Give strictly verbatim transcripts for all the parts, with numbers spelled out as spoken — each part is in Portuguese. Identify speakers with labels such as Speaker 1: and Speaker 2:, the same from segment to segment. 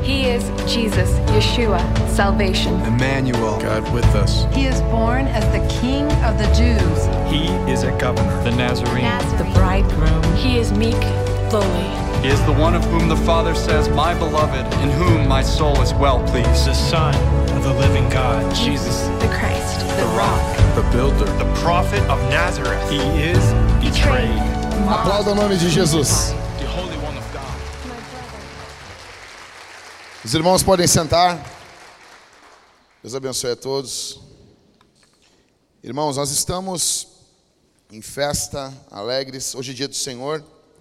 Speaker 1: He is Jesus, Yeshua, salvation.
Speaker 2: Emmanuel, God with us.
Speaker 3: He is born as the King of the Jews.
Speaker 2: He is a governor, the Nazarene.
Speaker 1: The bridegroom. He is meek, lowly.
Speaker 2: He is the one of whom the Father says, my beloved, in whom my soul is well pleased.
Speaker 4: The Son of the living God, Jesus,
Speaker 1: the Christ, the, the rock,
Speaker 2: the builder,
Speaker 4: the prophet of Nazareth. He is betrayed.
Speaker 5: Aplauda o nome de Jesus.
Speaker 4: The Holy One of God.
Speaker 5: Os irmãos podem sentar. Deus abençoe a todos. Irmãos, nós estamos em festa, alegres. Hoje é dia do Senhor.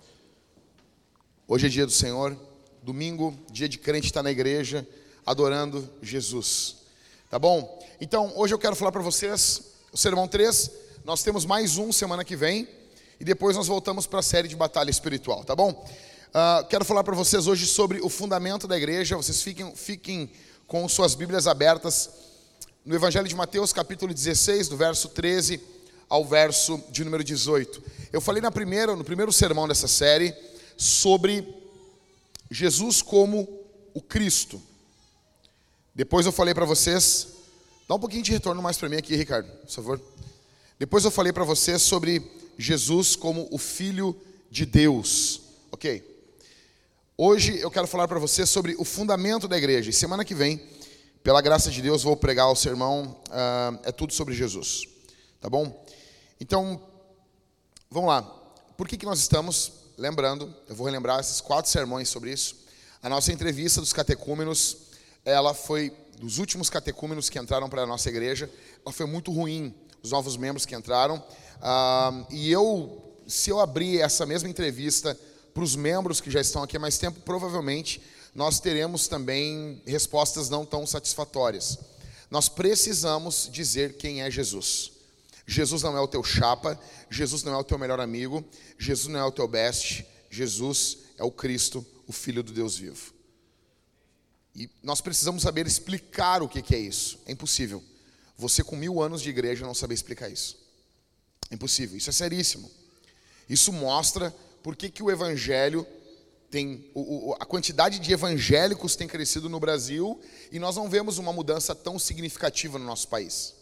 Speaker 5: Hoje é dia do Senhor. Domingo, dia de crente estar na igreja, adorando Jesus. Tá bom? Então, hoje eu quero falar para vocês, o sermão três, nós temos mais um semana que vem, e depois nós voltamos para a série de batalha espiritual, tá bom? Uh, quero falar para vocês hoje sobre o fundamento da igreja. Vocês fiquem, fiquem com suas Bíblias abertas no Evangelho de Mateus, capítulo dezesseis, do verso treze ao verso de número dezoito. Eu falei na primeira, no primeiro sermão dessa série sobre Jesus como o Cristo. Depois eu falei para vocês, dá um pouquinho de retorno mais para mim aqui, Ricardo, por favor. Depois eu falei para vocês sobre Jesus como o Filho de Deus, ok? Hoje eu quero falar para vocês sobre o fundamento da igreja. E semana que vem, pela graça de Deus, vou pregar o sermão, uh, é tudo sobre Jesus, tá bom? Então, vamos lá. Por que que nós estamos, lembrando, eu vou relembrar esses quatro sermões sobre isso. A nossa entrevista dos catecúmenos, ela foi, dos últimos catecúmenos que entraram para a nossa igreja, ela foi muito ruim, os novos membros que entraram. Uh, e eu, se eu abrir essa mesma entrevista para os membros que já estão aqui há mais tempo, provavelmente nós teremos também respostas não tão satisfatórias. Nós precisamos dizer quem é Jesus. Jesus não é o teu chapa, Jesus não é o teu melhor amigo, Jesus não é o teu best, Jesus é o Cristo, o Filho do Deus vivo. E nós precisamos saber explicar o que que é isso. É impossível. Você com mil anos de igreja não saber explicar isso. É impossível, isso é seríssimo. Isso mostra por que que o evangelho tem, o, o, a quantidade de evangélicos tem crescido no Brasil e nós não vemos uma mudança tão significativa no nosso país.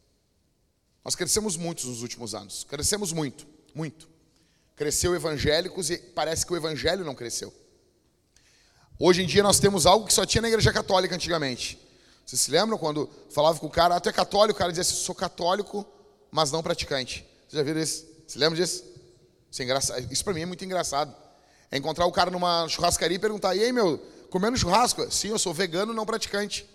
Speaker 5: Nós crescemos muito nos últimos anos, crescemos muito, muito. Cresceu evangélicos e parece que o evangelho não cresceu. Hoje em dia nós temos algo que só tinha na igreja católica antigamente. Vocês se lembram quando falava com o cara, ah, tu é católico? O cara dizia assim, sou católico, mas não praticante. Vocês já viram isso? Se lembra disso? Isso, é engraçado. Isso para mim é muito engraçado. É encontrar o cara numa churrascaria e perguntar, e aí meu, comendo churrasco? Sim, eu sou vegano, não praticante.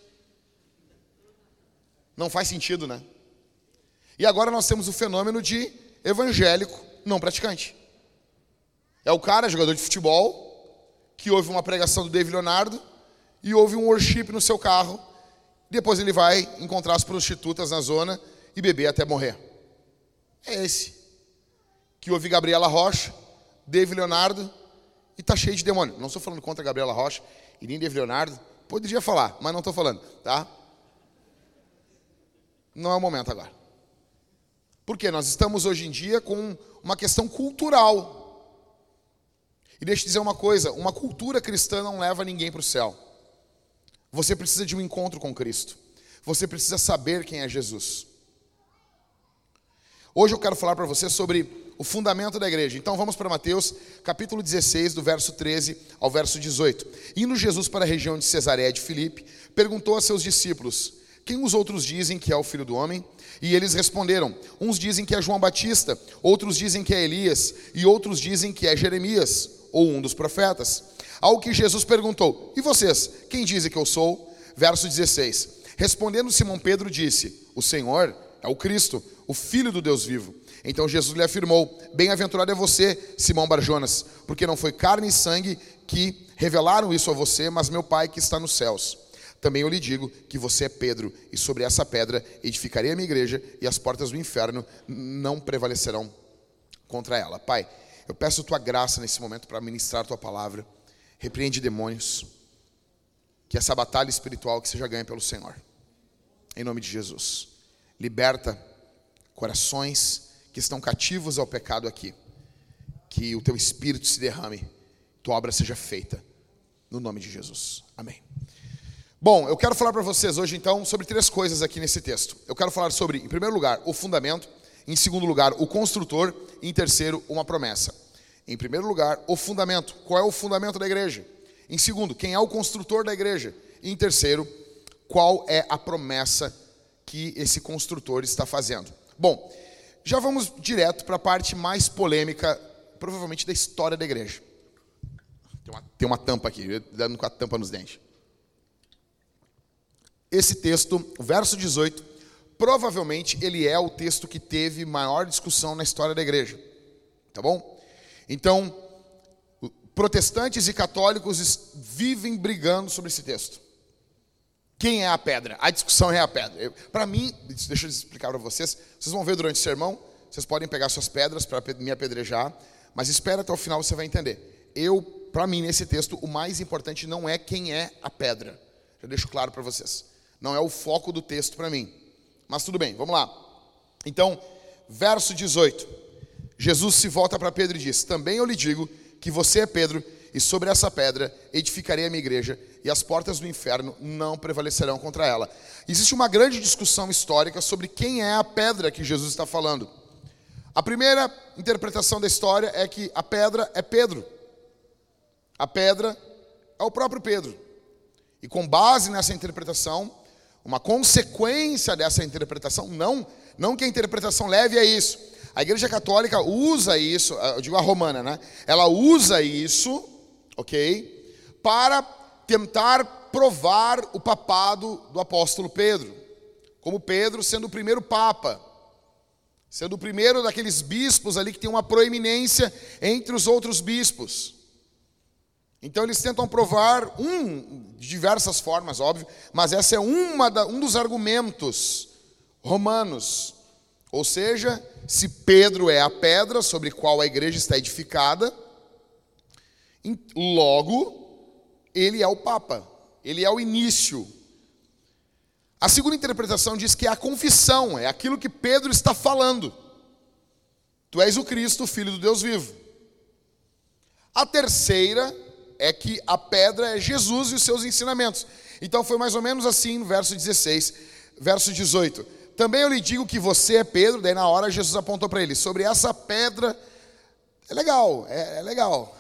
Speaker 5: Não faz sentido, né? E agora nós temos o fenômeno de evangélico não praticante. É o cara, jogador de futebol, que ouve uma pregação do David Leonardo e ouve um worship no seu carro. Depois ele vai encontrar as prostitutas na zona e beber até morrer. É esse. Que ouve Gabriela Rocha, David Leonardo e tá cheio de demônio. Não estou falando contra Gabriela Rocha e nem David Leonardo. Poderia falar, mas não estou falando, tá? Não é o momento agora. Porque nós estamos hoje em dia com uma questão cultural. E deixa eu dizer uma coisa, uma cultura cristã não leva ninguém para o céu. Você precisa de um encontro com Cristo. Você precisa saber quem é Jesus. Hoje eu quero falar para você sobre o fundamento da igreja. Então vamos para Mateus, capítulo dezesseis, do verso treze ao verso dezoito. Indo Jesus para a região de Cesareia de Filipe, perguntou a seus discípulos, quem os outros dizem que é o Filho do Homem? E eles responderam, uns dizem que é João Batista, outros dizem que é Elias, e outros dizem que é Jeremias, ou um dos profetas. Ao que Jesus perguntou, e vocês, quem dizem que eu sou? Verso dezesseis. Respondendo Simão Pedro disse, o Senhor é o Cristo, o Filho do Deus vivo. Então Jesus lhe afirmou, bem-aventurado é você, Simão Barjonas, porque não foi carne e sangue que revelaram isso a você, mas meu Pai que está nos céus. Também eu lhe digo que você é Pedro, e sobre essa pedra edificarei a minha igreja, e as portas do inferno não prevalecerão contra ela. Pai, eu peço tua graça nesse momento para ministrar tua palavra. Repreende demônios. Que essa batalha espiritual que seja ganha pelo Senhor. Em nome de Jesus. Liberta corações que estão cativos ao pecado aqui. Que o teu espírito se derrame. Tua obra seja feita. no nome de Jesus. Amém. Bom, eu quero falar para vocês hoje então sobre três coisas aqui nesse texto. Eu quero falar sobre, em primeiro lugar, o fundamento, em segundo lugar, o construtor, e em terceiro, uma promessa. Em primeiro lugar, o fundamento. Qual é o fundamento da igreja? Em segundo, quem é o construtor da igreja? E em terceiro, qual é a promessa que esse construtor está fazendo? Bom, já vamos direto para a parte mais polêmica, provavelmente da história da igreja. Tem uma, tem uma tampa aqui, dando com a tampa nos dentes. Esse texto, o verso dezoito, provavelmente ele é o texto que teve maior discussão na história da igreja. Tá bom? Então, protestantes e católicos vivem brigando sobre esse texto. Quem é a pedra? A discussão é a pedra. Para mim, deixa eu explicar para vocês, vocês vão ver durante o sermão, vocês podem pegar suas pedras para me apedrejar, mas espera até o final, você vai entender. Eu, para mim, nesse texto, o mais importante não é quem é a pedra. Já deixo claro para vocês. Não é o foco do texto para mim. Mas tudo bem, vamos lá. Então, verso dezoito. Jesus se volta para Pedro e diz: também eu lhe digo que você é Pedro, e sobre essa pedra edificarei a minha igreja, e as portas do inferno não prevalecerão contra ela. Existe uma grande discussão histórica sobre quem é a pedra que Jesus está falando. A primeira interpretação da história é que a pedra é Pedro. A pedra é o próprio Pedro. E com base nessa interpretação, uma consequência dessa interpretação, não, não que a interpretação leve a isso. A Igreja Católica usa isso, eu digo a romana, né? Ela usa isso, ok? Para tentar provar o papado do apóstolo Pedro. Como Pedro sendo o primeiro papa. Sendo o primeiro daqueles bispos ali que tem uma proeminência entre os outros bispos. Então eles tentam provar, um, de diversas formas, óbvio, mas essa é uma da, um dos argumentos romanos. Ou seja, se Pedro é a pedra sobre qual a igreja está edificada, logo, ele é o Papa, ele é o início. A segunda interpretação diz que é a confissão, é aquilo que Pedro está falando. Tu és o Cristo, o Filho do Deus vivo. A terceira é que a pedra é Jesus e os seus ensinamentos. Então foi mais ou menos assim no verso dezesseis, verso dezoito. Também eu lhe digo que você é Pedro, daí na hora Jesus apontou para ele, sobre essa pedra, é legal, é, é legal.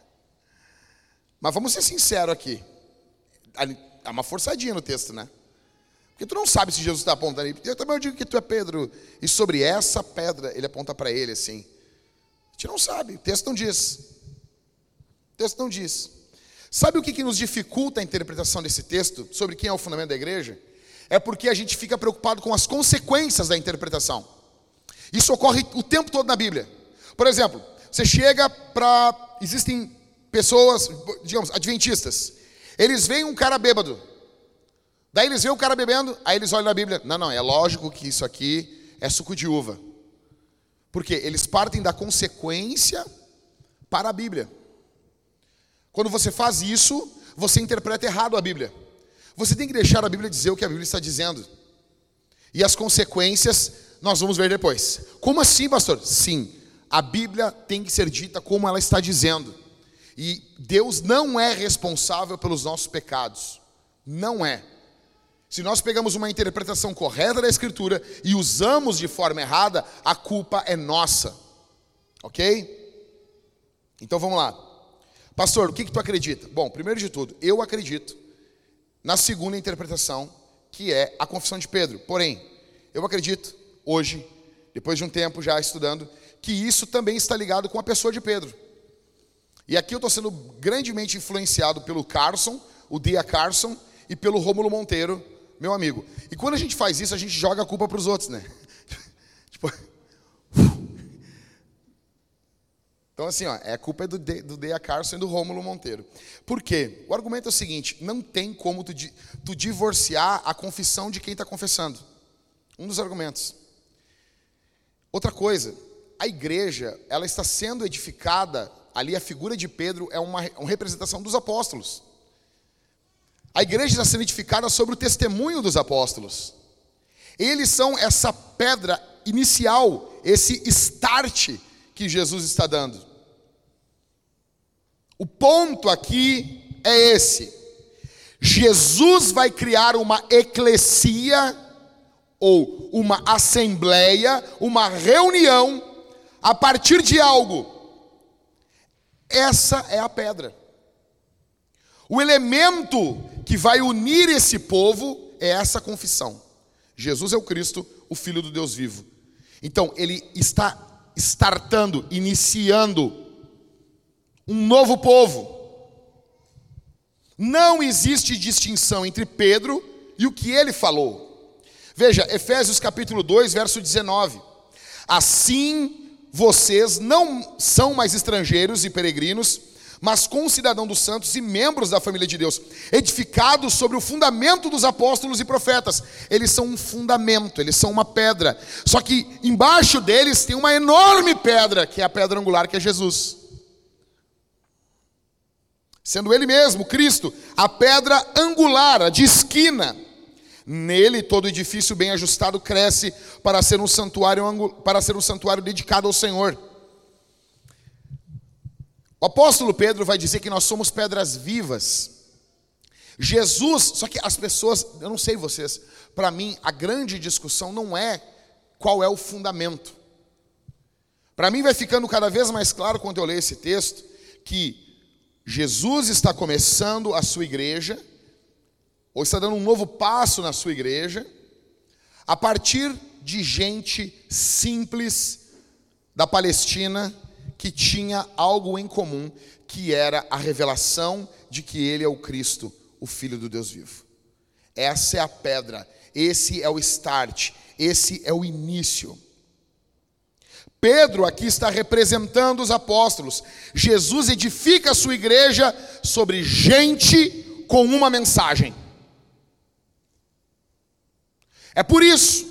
Speaker 5: Mas vamos ser sinceros aqui, há uma forçadinha no texto, né? Porque tu não sabe se Jesus está apontando aí. Eu também eu digo que tu é Pedro, e sobre essa pedra, ele aponta para ele assim. A gente não sabe, o texto não diz. O texto não diz. Sabe o que, que nos dificulta a interpretação desse texto, sobre quem é o fundamento da igreja? É porque a gente fica preocupado com as consequências da interpretação. Isso ocorre o tempo todo na Bíblia. Por exemplo, você chega para... Existem pessoas, digamos, adventistas. Eles veem um cara bêbado. Daí eles veem o cara bebendo, aí eles olham na Bíblia. Não, não, é lógico que isso aqui é suco de uva. Por quê? Eles partem da consequência para a Bíblia. Quando você faz isso, você interpreta errado a Bíblia. Você tem que deixar a Bíblia dizer o que a Bíblia está dizendo. E as consequências nós vamos ver depois. Como assim, pastor? Sim, a Bíblia tem que ser dita como ela está dizendo. E Deus não é responsável pelos nossos pecados. Não é. Se nós pegamos uma interpretação correta da Escritura e usamos de forma errada, a culpa é nossa. Ok? Então vamos lá. Pastor, o que, que tu acredita? Bom, primeiro de tudo, eu acredito na segunda interpretação, que é a confissão de Pedro. Porém, eu acredito, hoje, depois de um tempo já estudando, que isso também está ligado com a pessoa de Pedro. E aqui eu estou sendo grandemente influenciado pelo Carson, o D A Carson, e pelo Rômulo Monteiro, meu amigo. E quando a gente faz isso, a gente joga a culpa para os outros, né? Tipo... Então assim, ó, é culpa do D, do D A Carson e do Rômulo Monteiro. Por quê? O argumento é o seguinte, não tem como tu, tu divorciar a confissão de quem está confessando. Um dos argumentos. Outra coisa, a igreja, ela está sendo edificada, ali a figura de Pedro é uma, uma representação dos apóstolos. A igreja está sendo edificada sobre o testemunho dos apóstolos. Eles são essa pedra inicial, esse start que Jesus está dando. O ponto aqui é esse: Jesus vai criar uma eclesia, ou uma assembleia, uma reunião, a partir de algo. Essa é a pedra. O elemento que vai unir esse povo é essa confissão: Jesus é o Cristo, o Filho do Deus vivo. Então, ele está startando, iniciando um novo povo. Não existe distinção entre Pedro e o que ele falou. Veja, Efésios capítulo dois, verso dezenove. Assim, vocês não são mais estrangeiros e peregrinos, mas concidadãos dos santos e membros da família de Deus, edificados sobre o fundamento dos apóstolos e profetas. Eles são um fundamento, eles são uma pedra. Só que embaixo deles tem uma enorme pedra, que é a pedra angular, que é Jesus. Sendo ele mesmo, Cristo, a pedra angular, a de esquina. Nele todo edifício bem ajustado cresce para ser um santuário, para ser um santuário dedicado ao Senhor. O apóstolo Pedro vai dizer que nós somos pedras vivas. Jesus, só que as pessoas, eu não sei vocês, para mim a grande discussão não é qual é o fundamento. Para mim vai ficando cada vez mais claro quando eu leio esse texto que Jesus está começando a sua igreja, ou está dando um novo passo na sua igreja, a partir de gente simples da Palestina, que tinha algo em comum, que era a revelação de que ele é o Cristo, o Filho do Deus vivo. Essa é a pedra, esse é o start, esse é o início. Pedro aqui está representando os apóstolos. Jesus edifica a sua igreja sobre gente com uma mensagem. É por isso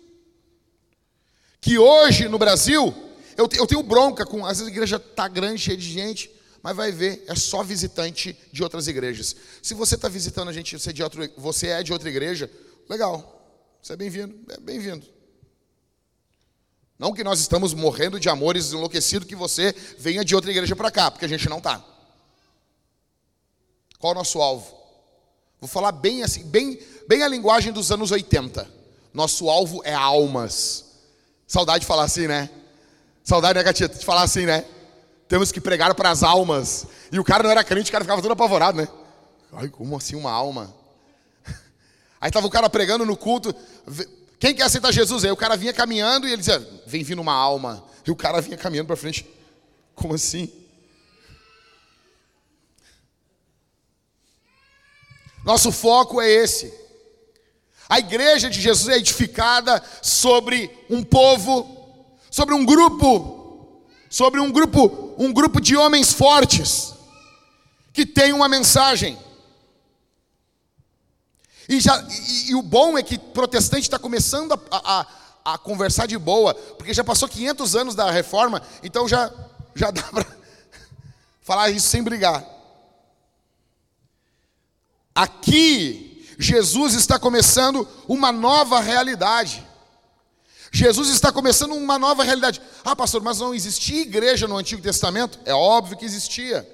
Speaker 5: que hoje no Brasil, eu, eu tenho bronca com, às vezes a igreja está grande, cheia de gente, mas vai ver, é só visitante de outras igrejas. Se você está visitando a gente, você é de, outro, você é de outra igreja, legal, você é bem-vindo, é bem-vindo. Não que nós estamos morrendo de amores enlouquecidos que você venha de outra igreja para cá, porque a gente não está. Qual é o nosso alvo? Vou falar bem assim, bem, bem a linguagem dos anos oitenta. Nosso alvo é almas. Saudade de falar assim, né? Saudade, né, Gatita? De falar assim, né? Temos que pregar para as almas. E o cara não era crente, o cara ficava todo apavorado, né? Ai, como assim uma alma? Aí estava o cara pregando no culto. Quem quer aceitar Jesus? Aí o cara vinha caminhando e ele dizia, vem vindo uma alma. E o cara vinha caminhando para frente. Como assim? Nosso foco é esse. A igreja de Jesus é edificada sobre um povo, sobre um grupo, sobre um grupo, um grupo de homens fortes, que tem uma mensagem. E, já, e, e o bom é que protestante está começando a, a, a conversar de boa, porque já passou quinhentos anos da reforma, então já, já dá para falar isso sem brigar. Aqui, Jesus está começando uma nova realidade. Jesus está começando uma nova realidade. Ah, pastor, mas não existia igreja no Antigo Testamento? É óbvio que existia.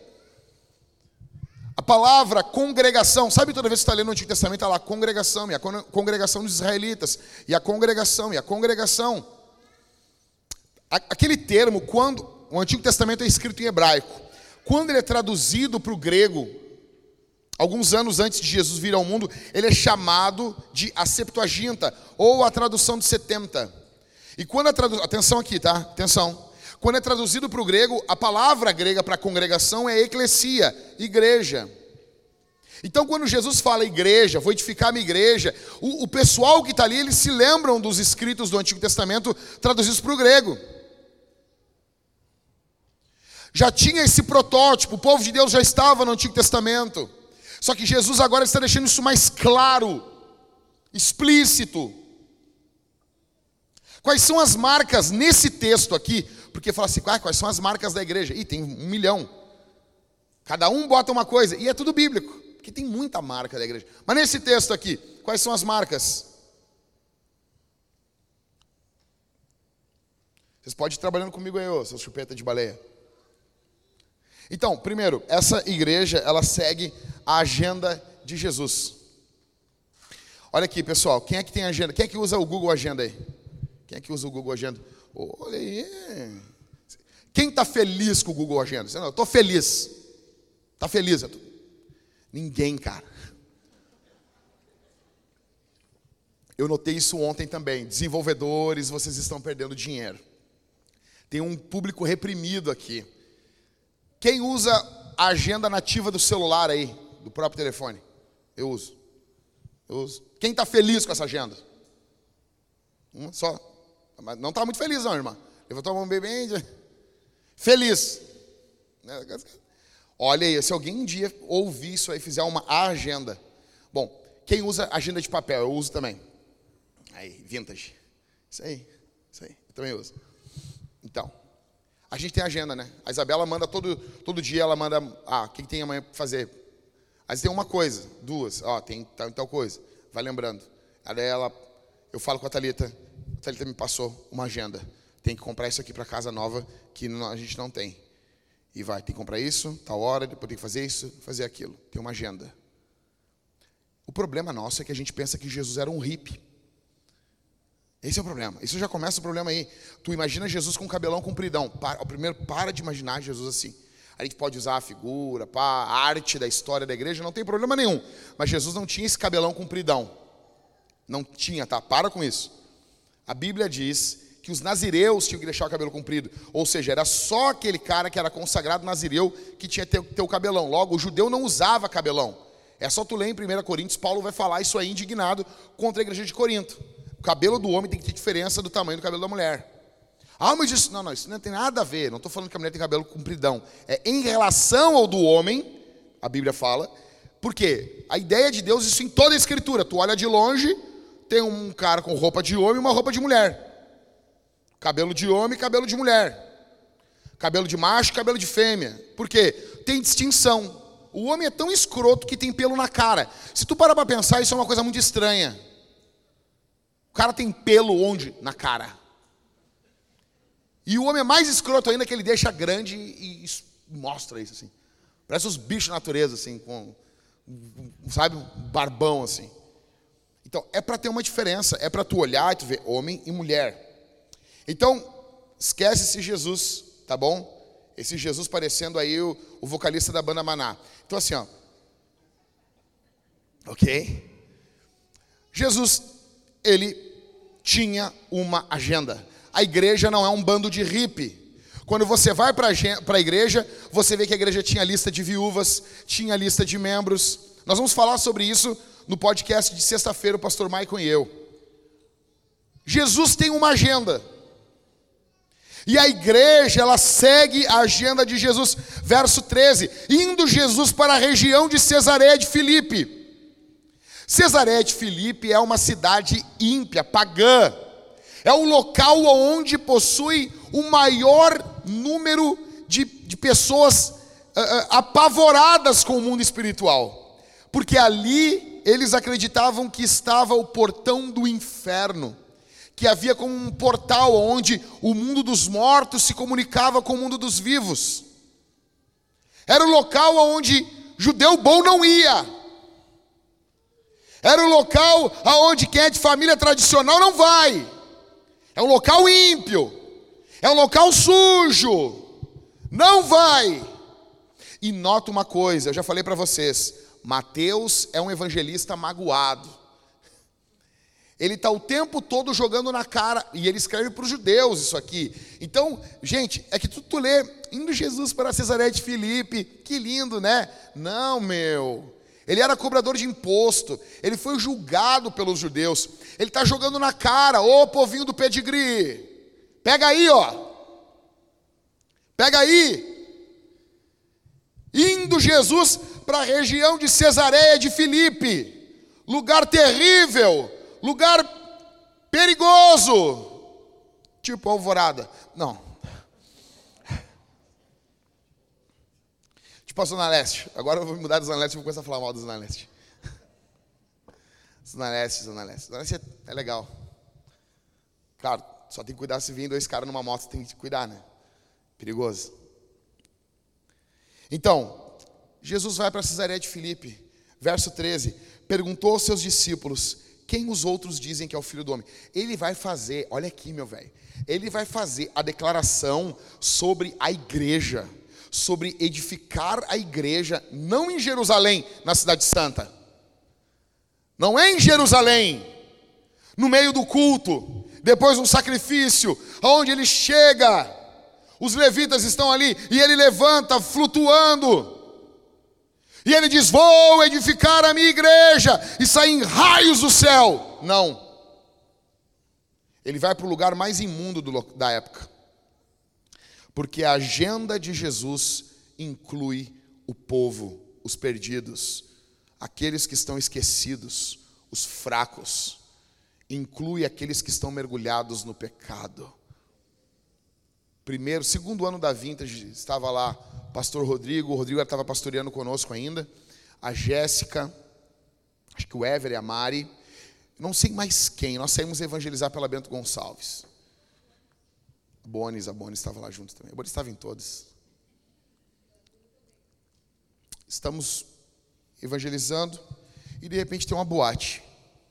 Speaker 5: A palavra congregação, sabe toda vez que você está lendo o Antigo Testamento, está lá congregação, e a congregação dos israelitas, e a congregação, e a congregação. Aquele termo, quando o Antigo Testamento é escrito em hebraico, quando ele é traduzido para o grego, alguns anos antes de Jesus vir ao mundo, ele é chamado de a Septuaginta, ou a tradução de setenta. E quando é traduzido, atenção aqui, tá? Atenção. Quando é traduzido para o grego, a palavra grega para congregação é eclesia, igreja. Então quando Jesus fala igreja, vou edificar a minha igreja, o, o pessoal que está ali, eles se lembram dos escritos do Antigo Testamento traduzidos para o grego. Já tinha esse protótipo, o povo de Deus já estava no Antigo Testamento. Só que Jesus agora está deixando isso mais claro, explícito. Quais são as marcas nesse texto aqui? Porque fala assim, ah, quais são as marcas da igreja? Ih, tem um milhão. Cada um bota uma coisa, e é tudo bíblico, porque tem muita marca da igreja. Mas nesse texto aqui, quais são as marcas? Vocês podem ir trabalhando comigo aí, ô, seus chupeta de baleia. Então, primeiro, essa igreja, ela segue a agenda de Jesus. Olha aqui, pessoal, quem é que tem agenda? Quem é que usa o Google Agenda aí? Quem é que usa o Google Agenda? Olha aí. Quem está feliz com o Google Agenda? Não, eu estou feliz. Está feliz? Tô... Ninguém, cara. Eu notei isso ontem também. Desenvolvedores, vocês estão perdendo dinheiro. Tem um público reprimido aqui. Quem usa a agenda nativa do celular aí, do próprio telefone? Eu uso. Eu uso. Quem está feliz com essa agenda? Uma só. Mas não está muito feliz não, irmã. Levantou a mão bem, bem... Feliz. Olha aí, se alguém um dia ouvir isso aí, fizer uma agenda. Bom, quem usa agenda de papel? Eu uso também. Aí, vintage. Isso aí, isso aí. Eu também uso. Então, a gente tem agenda, né? A Isabela manda todo, todo dia, ela manda, ah, o que tem amanhã para fazer? Às vezes tem uma coisa, duas, ó, tem tal, tal coisa. Vai lembrando. Aí ela, eu falo com a Thalita, a Thalita me passou uma agenda. Tem que comprar isso aqui para casa nova, que a gente não tem. E vai, tem que comprar isso, tal hora, depois tem que fazer isso, fazer aquilo. Tem uma agenda. O problema nosso é que a gente pensa que Jesus era um hippie. Esse é o problema. Isso já começa o problema aí. Tu imagina Jesus com cabelão compridão. Para, primeiro, para de imaginar Jesus assim. A gente pode usar a figura, pá, a arte da história da igreja, não tem problema nenhum. Mas Jesus não tinha esse cabelão compridão. Não tinha, tá? Para com isso. A Bíblia diz que os nazireus tinham que deixar o cabelo comprido. Ou seja, era só aquele cara que era consagrado nazireu que tinha que ter, ter o cabelão. Logo, o judeu não usava cabelão. É só tu ler em primeira Coríntios, Paulo vai falar isso aí indignado contra a igreja de Corinto. O cabelo do homem tem que ter diferença do tamanho do cabelo da mulher. Ah, mas isso, não, não, isso não tem nada a ver. Não estou falando que a mulher tem cabelo compridão. É em relação ao do homem, a Bíblia fala. Por quê? A ideia de Deus, isso em toda a Escritura. Tu olha de longe, tem um cara com roupa de homem e uma roupa de mulher. Cabelo de homem, cabelo de mulher. Cabelo de macho, cabelo de fêmea. Por quê? Tem distinção. O homem é tão escroto que tem pelo na cara. Se tu parar para pensar, isso é uma coisa muito estranha. O cara tem pelo onde? Na cara. E o homem é mais escroto ainda, que ele deixa grande e, e mostra isso assim. Parece os bichos da natureza, assim, com, sabe, um barbão assim. Então, é para ter uma diferença, é para tu olhar e tu ver homem e mulher. Então, esquece esse Jesus, tá bom? Esse Jesus parecendo aí o, o vocalista da banda Maná. Então assim, ó. Ok? Jesus, ele tinha uma agenda. A igreja não é um bando de hippie. Quando você vai para a igreja, você vê que a igreja tinha lista de viúvas, tinha lista de membros. Nós vamos falar sobre isso no podcast de sexta-feira, o pastor Maicon e eu. Jesus tem uma agenda. E a igreja, ela segue a agenda de Jesus. Verso treze. Indo Jesus para a região de Cesareia de Filipe. Cesareia de Filipe é uma cidade ímpia, pagã. É um local onde possui o maior número de, de pessoas uh, uh, apavoradas com o mundo espiritual. Porque ali eles acreditavam que estava o portão do inferno. Que havia como um portal onde o mundo dos mortos se comunicava com o mundo dos vivos. Era o local onde judeu bom não ia. Era o local onde quem é de família tradicional não vai. É um local ímpio. É um local sujo. Não vai. E nota uma coisa, eu já falei para vocês. Mateus é um evangelista magoado. Ele está o tempo todo jogando na cara. E ele escreve para os judeus isso aqui. Então, gente, é que tu, tu lê, indo Jesus para Cesareia de Filipe. Que lindo, né? Não, meu. Ele era cobrador de imposto. Ele foi julgado pelos judeus. Ele está jogando na cara. Ô, povinho do pedigree. Pega aí, ó. Pega aí. Indo Jesus para a região de Cesareia de Filipe. Lugar terrível. Lugar perigoso, tipo Alvorada. Não. Tipo a Zona Leste. Agora eu vou mudar da Zona Leste e vou começar a falar mal da Zona Leste. Zona Leste, Zona Leste. Zona Leste é, é legal. Claro, só tem que cuidar se vir dois caras numa moto, tem que cuidar, né? Perigoso. Então, Jesus vai para Cesareia de Filipe, verso treze, perguntou aos seus discípulos, quem os outros dizem que é o Filho do Homem? Ele vai fazer, olha aqui meu velho, ele vai fazer a declaração sobre a igreja, sobre edificar a igreja, não em Jerusalém, na cidade santa, não é em Jerusalém, no meio do culto, depois um sacrifício, onde ele chega, os levitas estão ali, e ele levanta flutuando, e ele diz, vou edificar a minha igreja, e saem raios do céu. Não, ele vai para o lugar mais imundo do, da época, porque a agenda de Jesus inclui o povo, os perdidos, aqueles que estão esquecidos, os fracos, inclui aqueles que estão mergulhados no pecado. Primeiro, segundo ano da Vintage, estava lá o pastor Rodrigo, o Rodrigo estava pastoreando conosco ainda, a Jéssica, acho que o Ever e a Mari, não sei mais quem, nós saímos evangelizar pela Bento Gonçalves. A Bonis, a Bonis estava lá junto também, a Bonis estava em todas. Estamos evangelizando e de repente tem uma boate.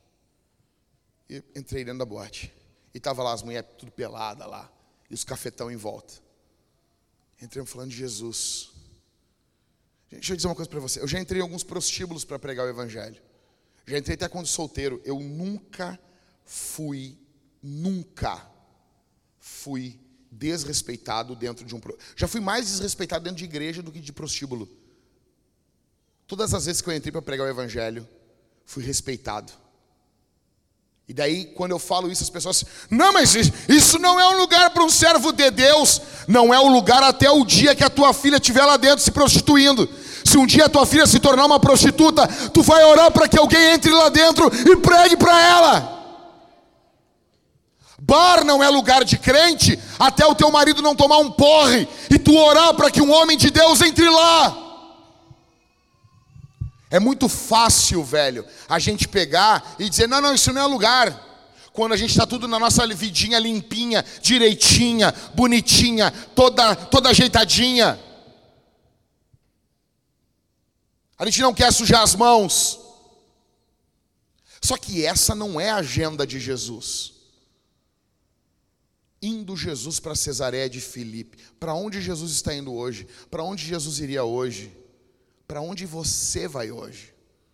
Speaker 5: E entrei dentro da boate e estava lá as mulheres tudo pelada lá e os cafetão em volta. Entramos falando de Jesus. Deixa eu dizer uma coisa para você. Eu já entrei em alguns prostíbulos para pregar o evangelho. Já entrei até quando solteiro. Eu nunca fui, nunca fui desrespeitado dentro de um... Já fui mais desrespeitado dentro de igreja do que de prostíbulo. Todas as vezes que eu entrei para pregar o evangelho, fui respeitado. E daí, quando eu falo isso, as pessoas... Não, mas isso não é um lugar para um servo de Deus. Não é um lugar até o dia que a tua filha estiver lá dentro se prostituindo. Se um dia a tua filha se tornar uma prostituta, tu vai orar para que alguém entre lá dentro e pregue para ela. Bar não é lugar de crente até o teu marido não tomar um porre e tu orar para que um homem de Deus entre lá. É muito fácil, velho, a gente pegar e dizer, não, não, isso não é lugar. Quando a gente está tudo na nossa vidinha limpinha, direitinha, bonitinha, toda, toda ajeitadinha. A gente não quer sujar as mãos. Só que essa não é a agenda de Jesus. Indo Jesus para Cesareia de Filipe. Para onde Jesus está indo hoje? Para onde Jesus iria hoje? Para onde você vai hoje?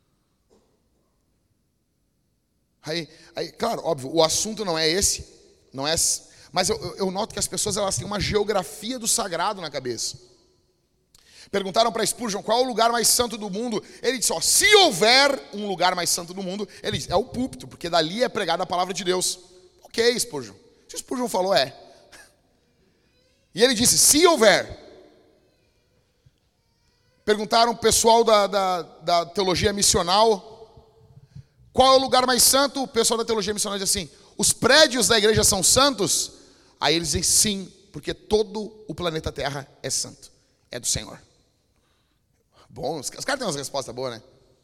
Speaker 5: Aí, aí, claro, óbvio, o assunto não é esse, não é, mas eu, eu noto que as pessoas elas têm uma geografia do sagrado na cabeça. Perguntaram para Spurgeon qual é o lugar mais santo do mundo. Ele disse, ó, se houver um lugar mais santo do mundo, ele disse, é o púlpito, porque dali é pregada a palavra de Deus. Ok, Spurgeon. Se Spurgeon falou, é. E ele disse, se houver. Perguntaram o pessoal da, da, da teologia missional, qual é o lugar mais santo? O pessoal da teologia missional diz assim, os prédios da igreja são santos? Aí eles dizem sim, porque todo o planeta Terra é santo, é do Senhor. Bom, os, os caras têm umas respostas boas, né?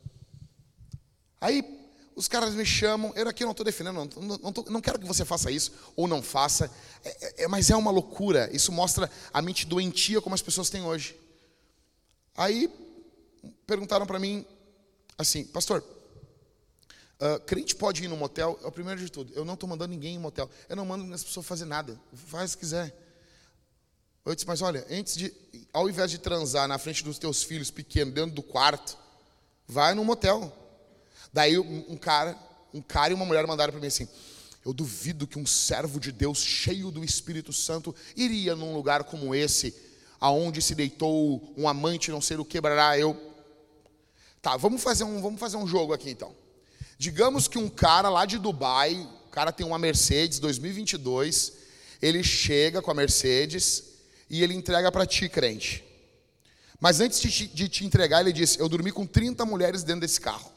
Speaker 5: Aí os caras me chamam, eu aqui não estou defendendo, não, não, não, tô, não quero que você faça isso, ou não faça, é, é, mas é uma loucura, isso mostra a mente doentia como as pessoas têm hoje. Aí, perguntaram para mim, assim, pastor, uh, crente pode ir no motel? É o primeiro de tudo, eu não estou mandando ninguém em motel, eu não mando as pessoas fazer nada, faz se quiser. Eu disse, mas olha, antes de, ao invés de transar na frente dos teus filhos pequenos, dentro do quarto, vai no motel. Daí um cara, um cara e uma mulher mandaram para mim assim, eu duvido que um servo de Deus cheio do Espírito Santo iria num lugar como esse, aonde se deitou um amante, não sei o que, brará, eu... Tá, vamos fazer, um, vamos fazer um jogo aqui então. Digamos que um cara lá de Dubai, o cara tem uma Mercedes dois mil e vinte e dois, ele chega com a Mercedes e ele entrega para ti, crente. Mas antes de te, de te entregar, ele disse, eu dormi com trinta mulheres dentro desse carro.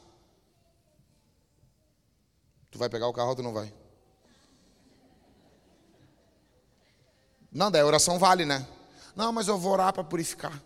Speaker 5: Tu vai pegar o carro ou tu não vai? Não, daí a oração vale, né? Não, mas eu vou orar para purificar.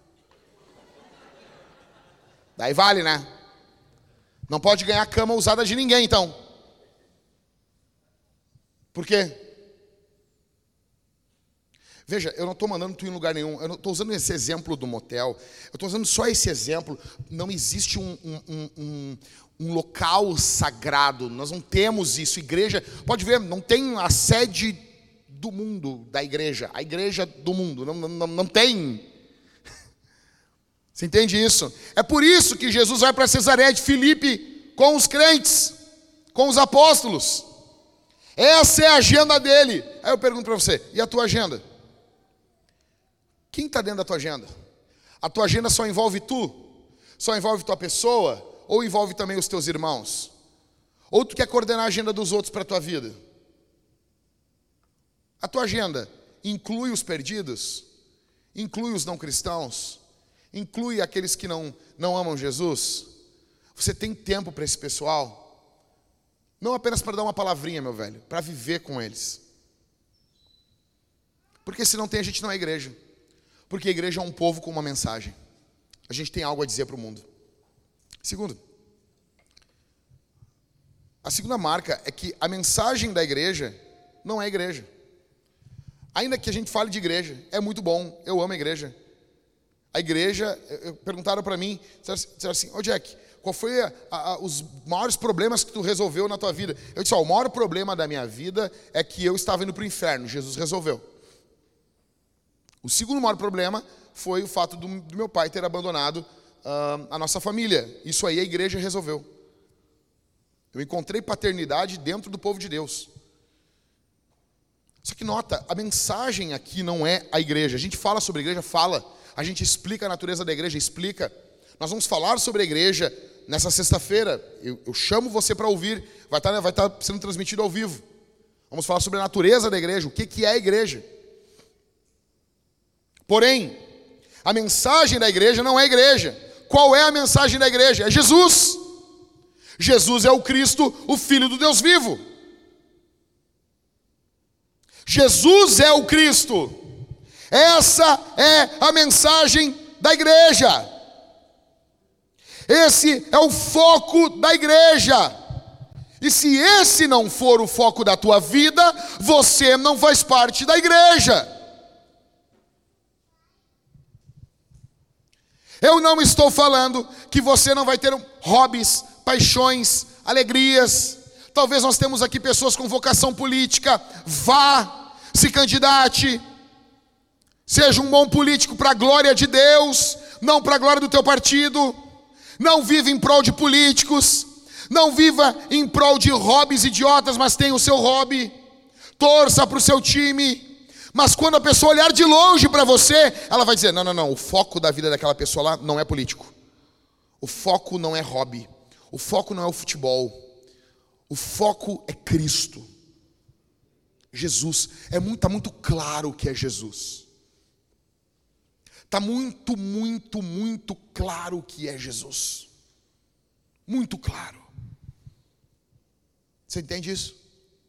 Speaker 5: Daí vale, né? Não pode ganhar cama usada de ninguém, então. Por quê? Veja, eu não estou mandando tu ir em lugar nenhum. Eu não estou usando esse exemplo do motel. Eu estou usando só esse exemplo. Não existe um, um, um, um, um local sagrado. Nós não temos isso. Igreja, pode ver, não tem a sede do mundo da igreja. A igreja do mundo. Não, não, não tem. Você entende isso? É por isso que Jesus vai para Cesareia de Filipe com os crentes, com os apóstolos. Essa é a agenda dele. Aí eu pergunto para você, e a tua agenda? Quem está dentro da tua agenda? A tua agenda só envolve tu? Só envolve tua pessoa? Ou envolve também os teus irmãos? Ou tu quer coordenar a agenda dos outros para a tua vida? A tua agenda inclui os perdidos? Inclui os não cristãos? Inclui aqueles que não, não amam Jesus? Você tem tempo para esse pessoal? Não apenas para dar uma palavrinha, meu velho, para viver com eles. Porque se não tem, a gente não é igreja. Porque a igreja é um povo com uma mensagem. A gente tem algo a dizer para o mundo. Segundo, a segunda marca é que a mensagem da igreja não é igreja. Ainda que a gente fale de igreja, é muito bom, eu amo a igreja. A igreja, perguntaram para mim, disseram assim, ô Jack, qual foi a, a, os maiores problemas que tu resolveu na tua vida? Eu disse, ó, o maior problema da minha vida é que eu estava indo para o inferno, Jesus resolveu. O segundo maior problema foi o fato do, do meu pai ter abandonado uh, a nossa família. Isso aí a igreja resolveu. Eu encontrei paternidade dentro do povo de Deus. Só que nota, a mensagem aqui não é a igreja. A gente fala sobre a igreja, fala. A gente explica a natureza da igreja, explica. Nós vamos falar sobre a igreja nessa sexta-feira. Eu, eu chamo você para ouvir. Vai estar, vai estar sendo transmitido ao vivo. Vamos falar sobre a natureza da igreja, o que, que é a igreja. Porém, a mensagem da igreja não é a igreja. Qual é a mensagem da igreja? É Jesus. Jesus é o Cristo, o Filho do Deus vivo. Jesus é o Cristo. Essa é a mensagem da igreja. Esse é o foco da igreja. E se esse não for o foco da tua vida, você não faz parte da igreja. Eu não estou falando que você não vai ter hobbies, paixões, alegrias. Talvez nós temos aqui pessoas com vocação política. Vá, se candidate. Seja um bom político para a glória de Deus, não para a glória do teu partido. Não viva em prol de políticos. Não viva em prol de hobbies idiotas, mas tenha o seu hobby. Torça para o seu time. Mas quando a pessoa olhar de longe para você, ela vai dizer, não, não, não, o foco da vida daquela pessoa lá não é político. O foco não é hobby. O foco não é o futebol. O foco é Cristo. Jesus. É muito, tá muito claro o que é Jesus. Está muito, muito, muito claro o que é Jesus. Muito claro. Você entende isso?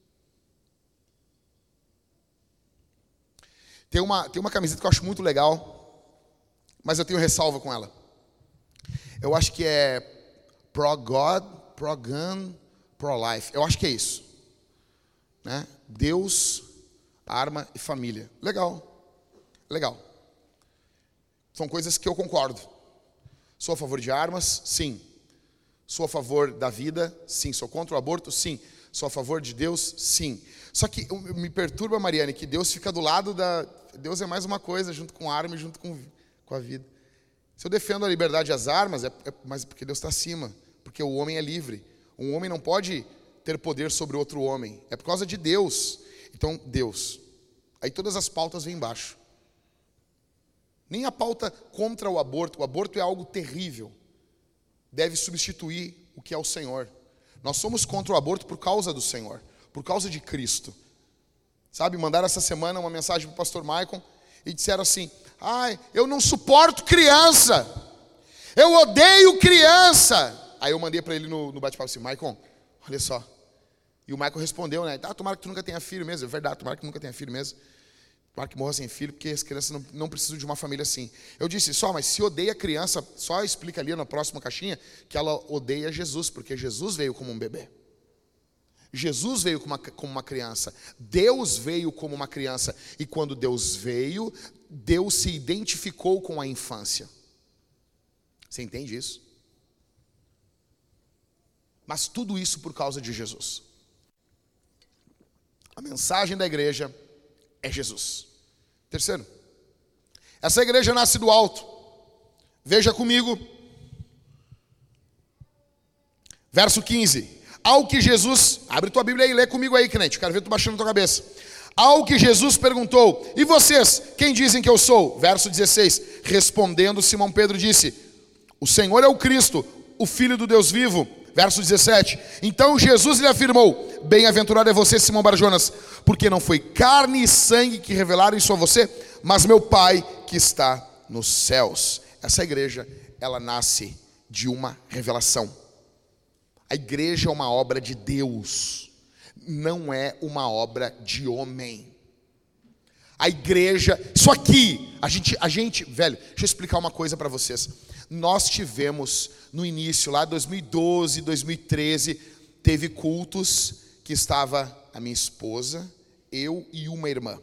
Speaker 5: Tem uma, tem uma camiseta que eu acho muito legal, mas eu tenho ressalva com ela. Eu acho que é Pro-God, Pro-Gun, Pro-Life. Eu acho que é isso. Né? Deus, arma e família. Legal. Legal. São coisas que eu concordo. Sou a favor de armas? Sim. Sou a favor da vida? Sim. Sou contra o aborto? Sim. Sou a favor de Deus? Sim. Só que me perturba, Mariane, que Deus fica do lado da... Deus é mais uma coisa, junto com a arma e junto com, com a vida. Se eu defendo a liberdade e as armas, é, é mas porque Deus está acima. Porque o homem é livre. Um homem não pode ter poder sobre outro homem. É por causa de Deus. Então, Deus. Aí todas as pautas vêm embaixo. Nem a pauta contra o aborto. O aborto é algo terrível. Deve substituir o que é o Senhor. Nós somos contra o aborto por causa do Senhor. Por causa de Cristo. Sabe, mandaram essa semana uma mensagem para o pastor Maicon e disseram assim, ai, eu não suporto criança. Eu odeio criança. Aí eu mandei para ele no, no bate-papo assim, Maicon, olha só. E o Maicon respondeu, né, ah, tomara que tu nunca tenha filho mesmo. É verdade, tomara que nunca tenha filho mesmo. Tomara que morra sem filho, porque as crianças não, não precisam de uma família assim. Eu disse, só, mas se odeia criança, só explica ali na próxima caixinha que ela odeia Jesus, porque Jesus veio como um bebê. Jesus veio como uma, como uma criança. Deus veio como uma criança. E quando Deus veio, Deus se identificou com a infância. Você entende isso? Mas tudo isso por causa de Jesus. A mensagem da igreja é Jesus. Terceiro, essa igreja nasce do alto. Veja comigo. Verso quinze. Ao que Jesus... Abre tua Bíblia aí, lê comigo aí, crente. Quero ver tu baixando na tua cabeça. Ao que Jesus perguntou: e vocês, quem dizem que eu sou? Verso dezesseis. Respondendo, Simão Pedro disse: o Senhor é o Cristo, o Filho do Deus vivo. Verso dezessete. Então Jesus lhe afirmou: bem-aventurado é você, Simão Barjonas, porque não foi carne e sangue que revelaram isso a você, mas meu Pai que está nos céus. Essa igreja, ela nasce de uma revelação. A igreja é uma obra de Deus, não é uma obra de homem. A igreja, isso aqui, a gente, a gente, velho, deixa eu explicar uma coisa para vocês. Nós tivemos no início, lá dois mil e doze, dois mil e treze, teve cultos que estava a minha esposa, eu e uma irmã.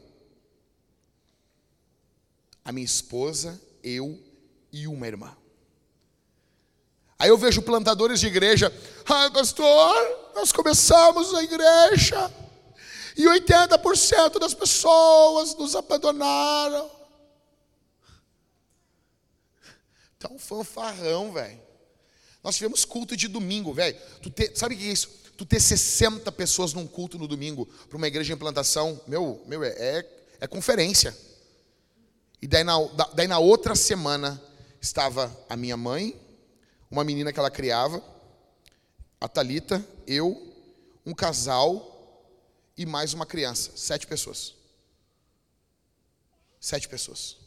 Speaker 5: A minha esposa, eu e uma irmã. Aí eu vejo plantadores de igreja: ah, pastor, nós começamos a igreja e oitenta por cento das pessoas nos abandonaram. Tá um fanfarrão, velho. Nós tivemos culto de domingo, velho. Tu te, sabe o que é isso? Tu ter sessenta pessoas num culto no domingo para uma igreja em plantação, meu, meu é, é, é conferência. E daí na, daí na outra semana estava a minha mãe, uma menina que ela criava, a Thalita, eu, um casal e mais uma criança. Sete pessoas. Sete pessoas.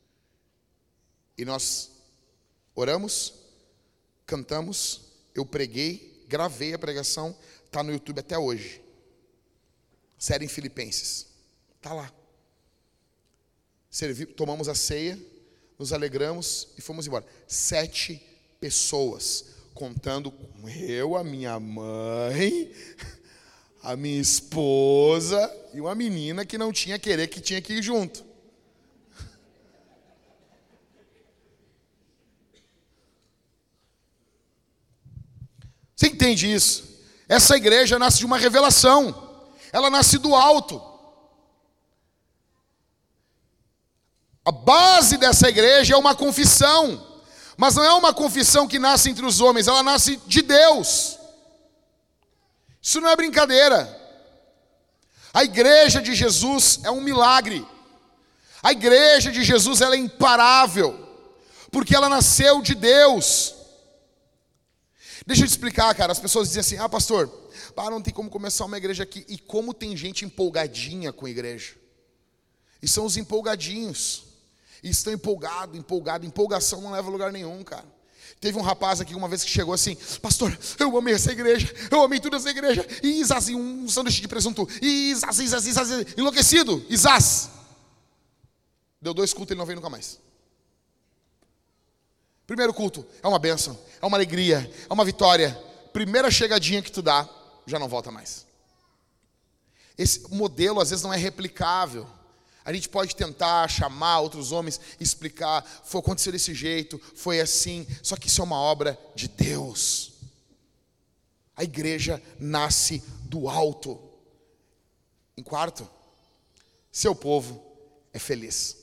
Speaker 5: E nós oramos, cantamos, eu preguei, gravei a pregação, está no YouTube até hoje. Série em Filipenses. Está lá. Servi, tomamos a ceia, nos alegramos e fomos embora. Sete pessoas, contando com eu, a minha mãe, a minha esposa e uma menina que não tinha querer, que tinha que ir junto. Você entende isso? Essa igreja nasce de uma revelação. Ela nasce do alto. A base dessa igreja é uma confissão. Mas não é uma confissão que nasce entre os homens, ela nasce de Deus. Isso não é brincadeira. A igreja de Jesus é um milagre. A igreja de Jesus, ela é imparável, porque ela nasceu de Deus. Deixa eu te explicar, cara. As pessoas dizem assim: ah, pastor, ah, não tem como começar uma igreja aqui. E como tem gente empolgadinha com a igreja. E são os empolgadinhos. E estão empolgados, empolgados. Empolgação não leva a lugar nenhum, cara. Teve um rapaz aqui uma vez que chegou assim: pastor, eu amei essa igreja, eu amei tudo essa igreja. E Isás, um sanduíche de presunto. E Isás, Isás, Isás, enlouquecido, Isás. Deu dois cultos e ele não veio nunca mais. Primeiro culto, é uma bênção, é uma alegria, é uma vitória. Primeira chegadinha que tu dá, já não volta mais. Esse modelo às vezes não é replicável. A gente pode tentar chamar outros homens, explicar, foi aconteceu desse jeito, foi assim, só que isso é uma obra de Deus. A igreja nasce do alto. Em quarto, seu povo é feliz.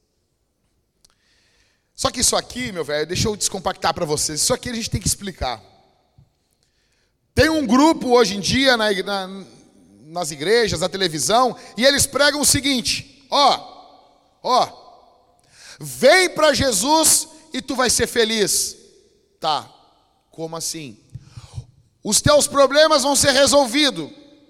Speaker 5: Só que isso aqui, meu velho, deixa eu descompactar para vocês, isso aqui a gente tem que explicar. Tem um grupo hoje em dia na, na, nas igrejas, na televisão, e eles pregam o seguinte: Ó, ó, vem para Jesus e tu vai ser feliz. Tá, como assim? Os teus problemas vão ser resolvidos.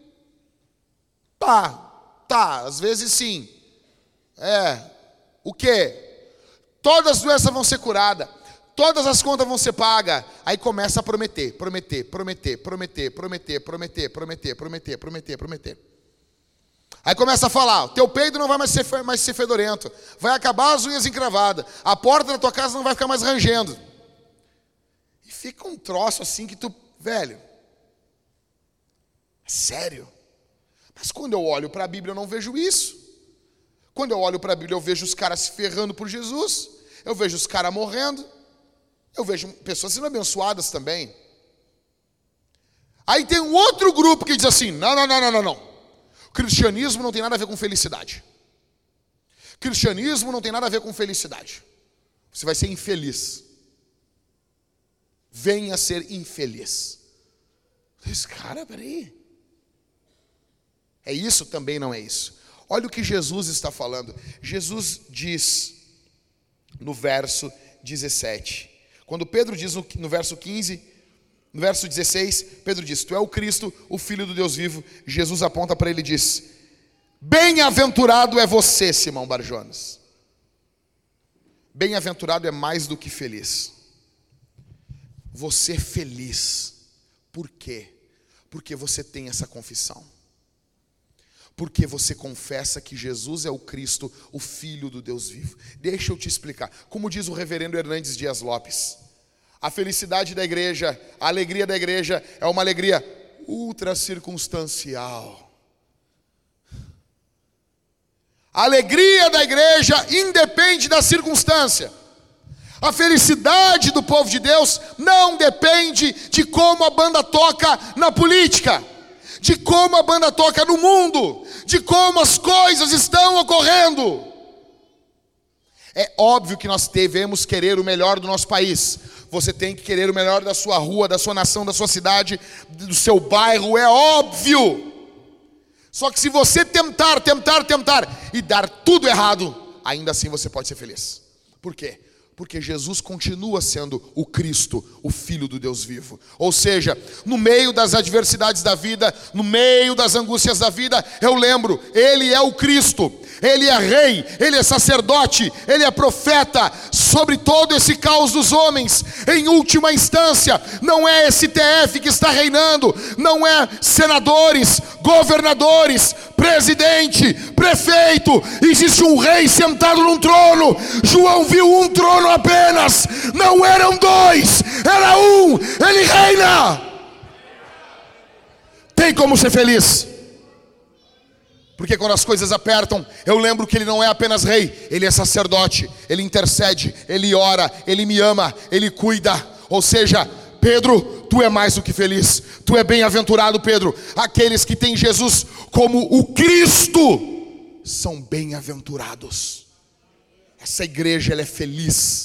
Speaker 5: Tá, tá, às vezes sim. É, o quê? Todas as doenças vão ser curadas, todas as contas vão ser pagas. Aí começa a prometer, prometer, prometer, prometer, prometer, prometer, prometer, prometer, prometer, prometer. Aí começa a falar: o teu peido não vai mais ser, mais ser fedorento, vai acabar as unhas encravadas, a porta da tua casa não vai ficar mais rangendo. E fica um troço assim que tu, velho, sério? Mas quando eu olho para a Bíblia eu não vejo isso. Quando eu olho para a Bíblia eu vejo os caras se ferrando por Jesus, eu vejo os caras morrendo, eu vejo pessoas sendo abençoadas também. Aí tem um outro grupo que diz assim, não, não, não, não, não, não. O cristianismo não tem nada a ver com felicidade. O cristianismo não tem nada a ver com felicidade. Você vai ser infeliz. Venha ser infeliz. Esse cara, peraí. É isso? Também não é isso. Olha o que Jesus está falando. Jesus diz no verso dezessete. Quando Pedro diz no, no verso quinze, no verso dezesseis, Pedro diz, tu é o Cristo, o Filho do Deus vivo. Jesus aponta para ele e diz, bem-aventurado é você, Simão Bar-Jonas. Bem-aventurado é mais do que feliz. Você é feliz. Por quê? Porque você tem essa confissão. Porque você confessa que Jesus é o Cristo, o Filho do Deus vivo. Deixa eu te explicar. Como diz o reverendo Hernandes Dias Lopes, a felicidade da igreja, a alegria da igreja é uma alegria ultra circunstancial. A alegria da igreja independe da circunstância. A felicidade do povo de Deus não depende de como a banda toca na política, de como a banda toca no mundo, de como as coisas estão ocorrendo. É óbvio que nós devemos querer o melhor do nosso país. Você tem que querer o melhor da sua rua, da sua nação, da sua cidade, do seu bairro, é óbvio. Só que se você tentar, tentar, tentar e dar tudo errado, ainda assim você pode ser feliz. Por quê? Porque Jesus continua sendo o Cristo, o Filho do Deus vivo. Ou seja, no meio das adversidades da vida, no meio das angústias da vida, eu lembro, Ele é o Cristo, Ele é rei, Ele é sacerdote, Ele é profeta sobre todo esse caos dos homens. Em última instância, não é S T F que está reinando, não é senadores, governadores, presidente, prefeito, existe um rei sentado num trono. João viu um trono apenas, não eram dois, era um, ele reina. Tem como ser feliz, porque quando as coisas apertam, eu lembro que ele não é apenas rei, ele é sacerdote, ele intercede, ele ora, ele me ama, ele cuida. Ou seja, Pedro, tu é mais do que feliz, tu é bem-aventurado, Pedro. Aqueles que têm Jesus como o Cristo são bem-aventurados. Essa igreja, ela é feliz.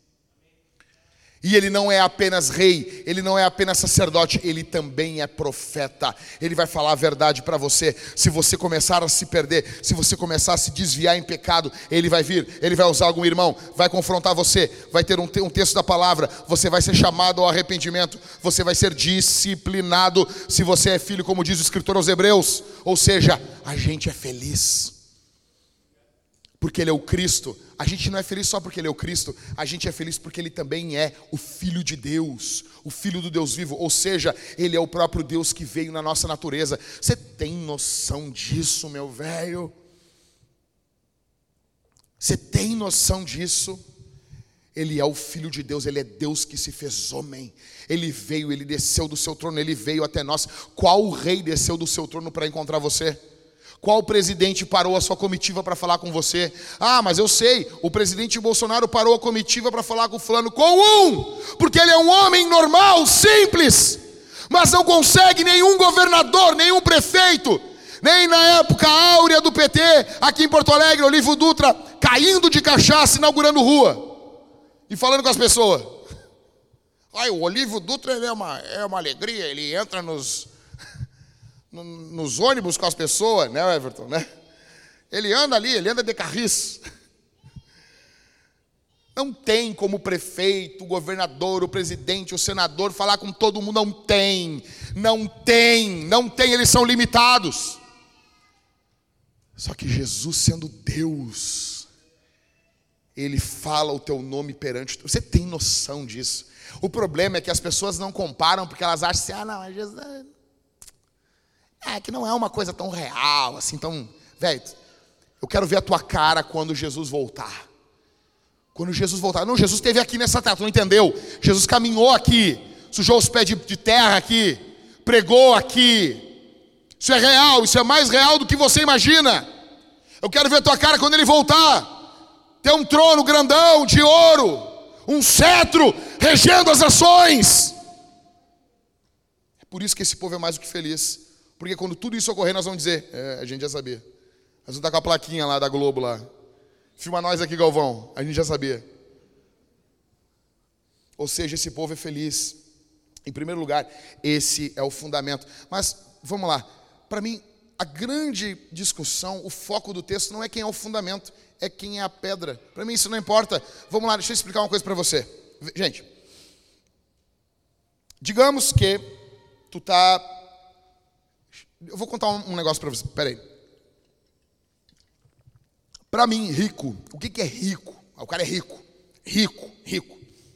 Speaker 5: E ele não é apenas rei, ele não é apenas sacerdote, ele também é profeta. Ele vai falar a verdade para você. Se você começar a se perder, se você começar a se desviar em pecado, ele vai vir, ele vai usar algum irmão, vai confrontar você, vai ter um, te- um texto da palavra, você vai ser chamado ao arrependimento, você vai ser disciplinado, se você é filho, como diz o escritor aos Hebreus. Ou seja, a gente é feliz porque ele é o Cristo. A gente não é feliz só porque ele é o Cristo, a gente é feliz porque ele também é o Filho de Deus, o Filho do Deus vivo. Ou seja, ele é o próprio Deus que veio na nossa natureza. Você tem noção disso, meu velho? Você tem noção disso? Ele é o Filho de Deus, ele é Deus que se fez homem. Ele veio, ele desceu do seu trono, ele veio até nós. Qual rei desceu do seu trono para encontrar você? Qual presidente parou a sua comitiva para falar com você? Ah, mas eu sei, o presidente Bolsonaro parou a comitiva para falar com o fulano. Com um, porque ele é um homem normal, simples. Mas não consegue nenhum governador, nenhum prefeito, nem na época áurea do P T, aqui em Porto Alegre, Olívio Dutra, caindo de cachaça, inaugurando rua e falando com as pessoas. Ai, o Olívio Dutra ele é, uma, é uma alegria, ele entra nos... nos ônibus com as pessoas, né, Everton, né? Ele anda ali, ele anda de carris. Não tem como o prefeito, o governador, o presidente, o senador falar com todo mundo. Não tem, não tem, não tem, eles são limitados. Só que Jesus, sendo Deus, ele fala o teu nome perante tu. Você tem noção disso? O problema é que as pessoas não comparam, porque elas acham assim, ah não, é Jesus... É que não é uma coisa tão real, assim, tão... Velho, eu quero ver a tua cara quando Jesus voltar. Quando Jesus voltar. Não, Jesus esteve aqui nessa terra, tu não entendeu? Jesus caminhou aqui, sujou os pés de, de terra aqui, pregou aqui. Isso é real, isso é mais real do que você imagina. Eu quero ver a tua cara quando ele voltar. Ter um trono grandão de ouro, um cetro regendo as nações. É por isso que esse povo é mais do que feliz. Porque quando tudo isso ocorrer, nós vamos dizer, é, a gente já sabia. Nós vamos estar com a plaquinha lá da Globo lá. Filma nós aqui, Galvão. A gente já sabia. Ou seja, esse povo é feliz. Em primeiro lugar, esse é o fundamento. Mas, vamos lá. Para mim, a grande discussão, o foco do texto não é quem é o fundamento, é quem é a pedra. Para mim isso não importa. Vamos lá, deixa eu explicar uma coisa para você. Gente, digamos que tu tá... Eu vou contar um negócio para você. Pera aí. Para mim, rico, o que que é rico? O cara é rico. Rico, rico.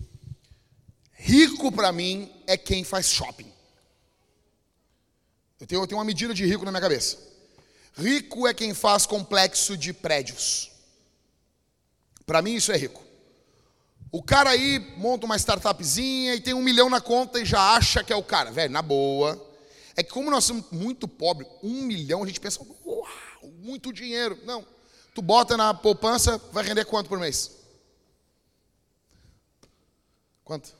Speaker 5: Rico para mim é quem faz shopping. Eu tenho, eu tenho uma medida de rico na minha cabeça. Rico é quem faz complexo de prédios. Para mim isso é rico. O cara aí monta uma startupzinha e tem um milhão na conta e já acha que é o cara. Velho, na boa. É que como nós somos muito pobres, um milhão a gente pensa, uau, muito dinheiro. Não. Tu bota na poupança, vai render quanto por mês? Quanto?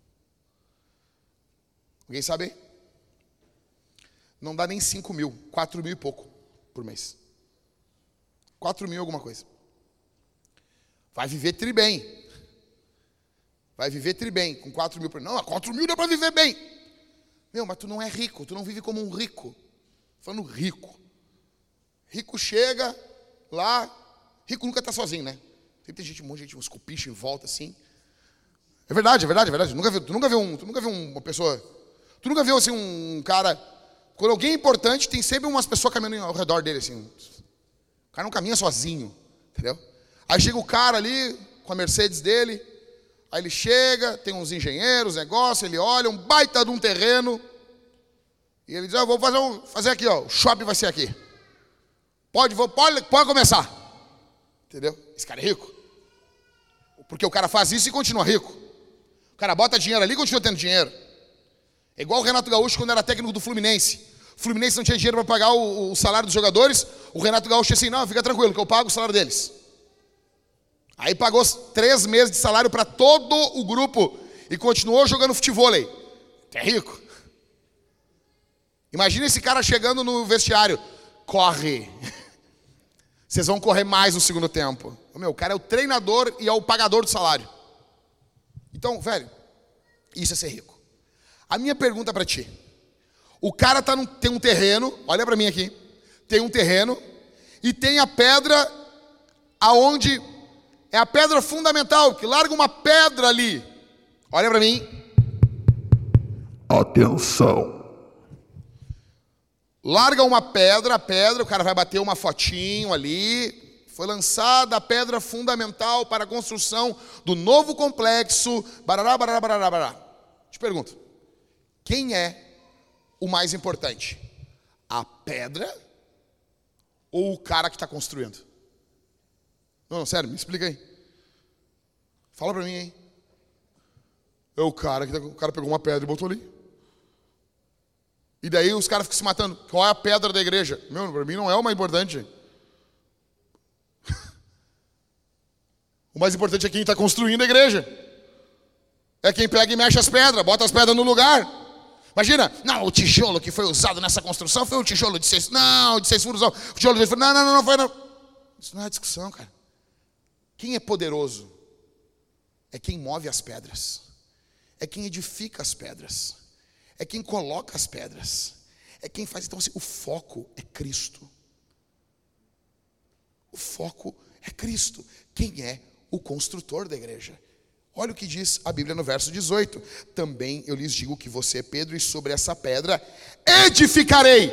Speaker 5: Alguém sabe? Não dá nem cinco mil, quatro mil e pouco por mês. Quatro mil alguma coisa. Vai viver tri bem. Vai viver tri bem com quatro mil por mês. Não, quatro mil dá para viver bem. Meu, mas tu não é rico, tu não vive como um rico. Falando rico. Rico chega lá, rico nunca está sozinho, né? Sempre tem gente, um monte de gente, uns cupichos em volta assim. É verdade, é verdade, é verdade. Tu nunca viu, tu nunca viu, um, tu nunca viu uma pessoa... Tu nunca viu assim um cara... Quando alguém é importante, tem sempre umas pessoas caminhando ao redor dele, assim. O cara não caminha sozinho, entendeu? Aí chega o cara ali, com a Mercedes dele, aí ele chega, tem uns engenheiros, negócio, ele olha, um baita de um terreno, e ele diz, ah, vou fazer, um, fazer aqui, ó, o shopping vai ser aqui. Pode, vou, pode, pode começar. Entendeu? Esse cara é rico. Porque o cara faz isso e continua rico. O cara bota dinheiro ali e continua tendo dinheiro. É igual o Renato Gaúcho quando era técnico do Fluminense. O Fluminense não tinha dinheiro para pagar o, o salário dos jogadores. O Renato Gaúcho disse assim, não, fica tranquilo que eu pago o salário deles. Aí pagou três meses de salário para todo o grupo e continuou jogando futevôlei. É rico. Imagina esse cara chegando no vestiário. Corre. Vocês vão correr mais no segundo tempo. Meu, o cara é o treinador e é o pagador do salário. Então, velho, isso é ser rico. A minha pergunta para ti. O cara tá num, tem um terreno, olha para mim aqui. Tem um terreno e tem a pedra aonde é a pedra fundamental, que larga uma pedra ali. Olha para mim. Atenção. Larga uma pedra, a pedra, o cara vai bater uma fotinho ali. Foi lançada a pedra fundamental para a construção do novo complexo. Barará, barará, barará, barará. Te pergunto. Quem é o mais importante? A pedra ou o cara que está construindo? Não, não, sério, me explica aí. Fala para mim aí. É o cara que tá, o cara pegou uma pedra e botou ali. E daí os caras ficam se matando. Qual é a pedra da igreja? Meu, para mim não é o mais importante. O mais importante é quem está construindo a igreja. É quem pega e mexe as pedras, bota as pedras no lugar. Imagina, não, o tijolo que foi usado nessa construção foi o tijolo de seis, não, de seis furos, não, o tijolo de seis furos, não, não, não, não foi, não. Isso não é discussão, cara. Quem é poderoso é quem move as pedras, é quem edifica as pedras, é quem coloca as pedras, é quem faz. Então assim, o foco é Cristo. O foco é Cristo. Quem é o construtor da igreja? Olha o que diz a Bíblia no verso dezoito. Também eu lhes digo que você é Pedro, e sobre essa pedra edificarei.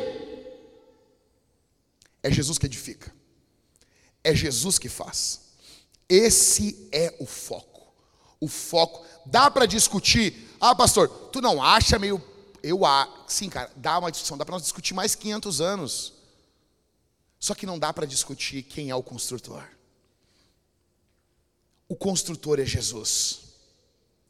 Speaker 5: É Jesus que edifica. É Jesus que faz. Esse é o foco. O foco. Dá para discutir. Ah, pastor, tu não acha meio... Eu acho. Sim, cara, dá uma discussão. Dá para nós discutir mais quinhentos anos. Só que não dá para discutir quem é o construtor. O construtor é Jesus.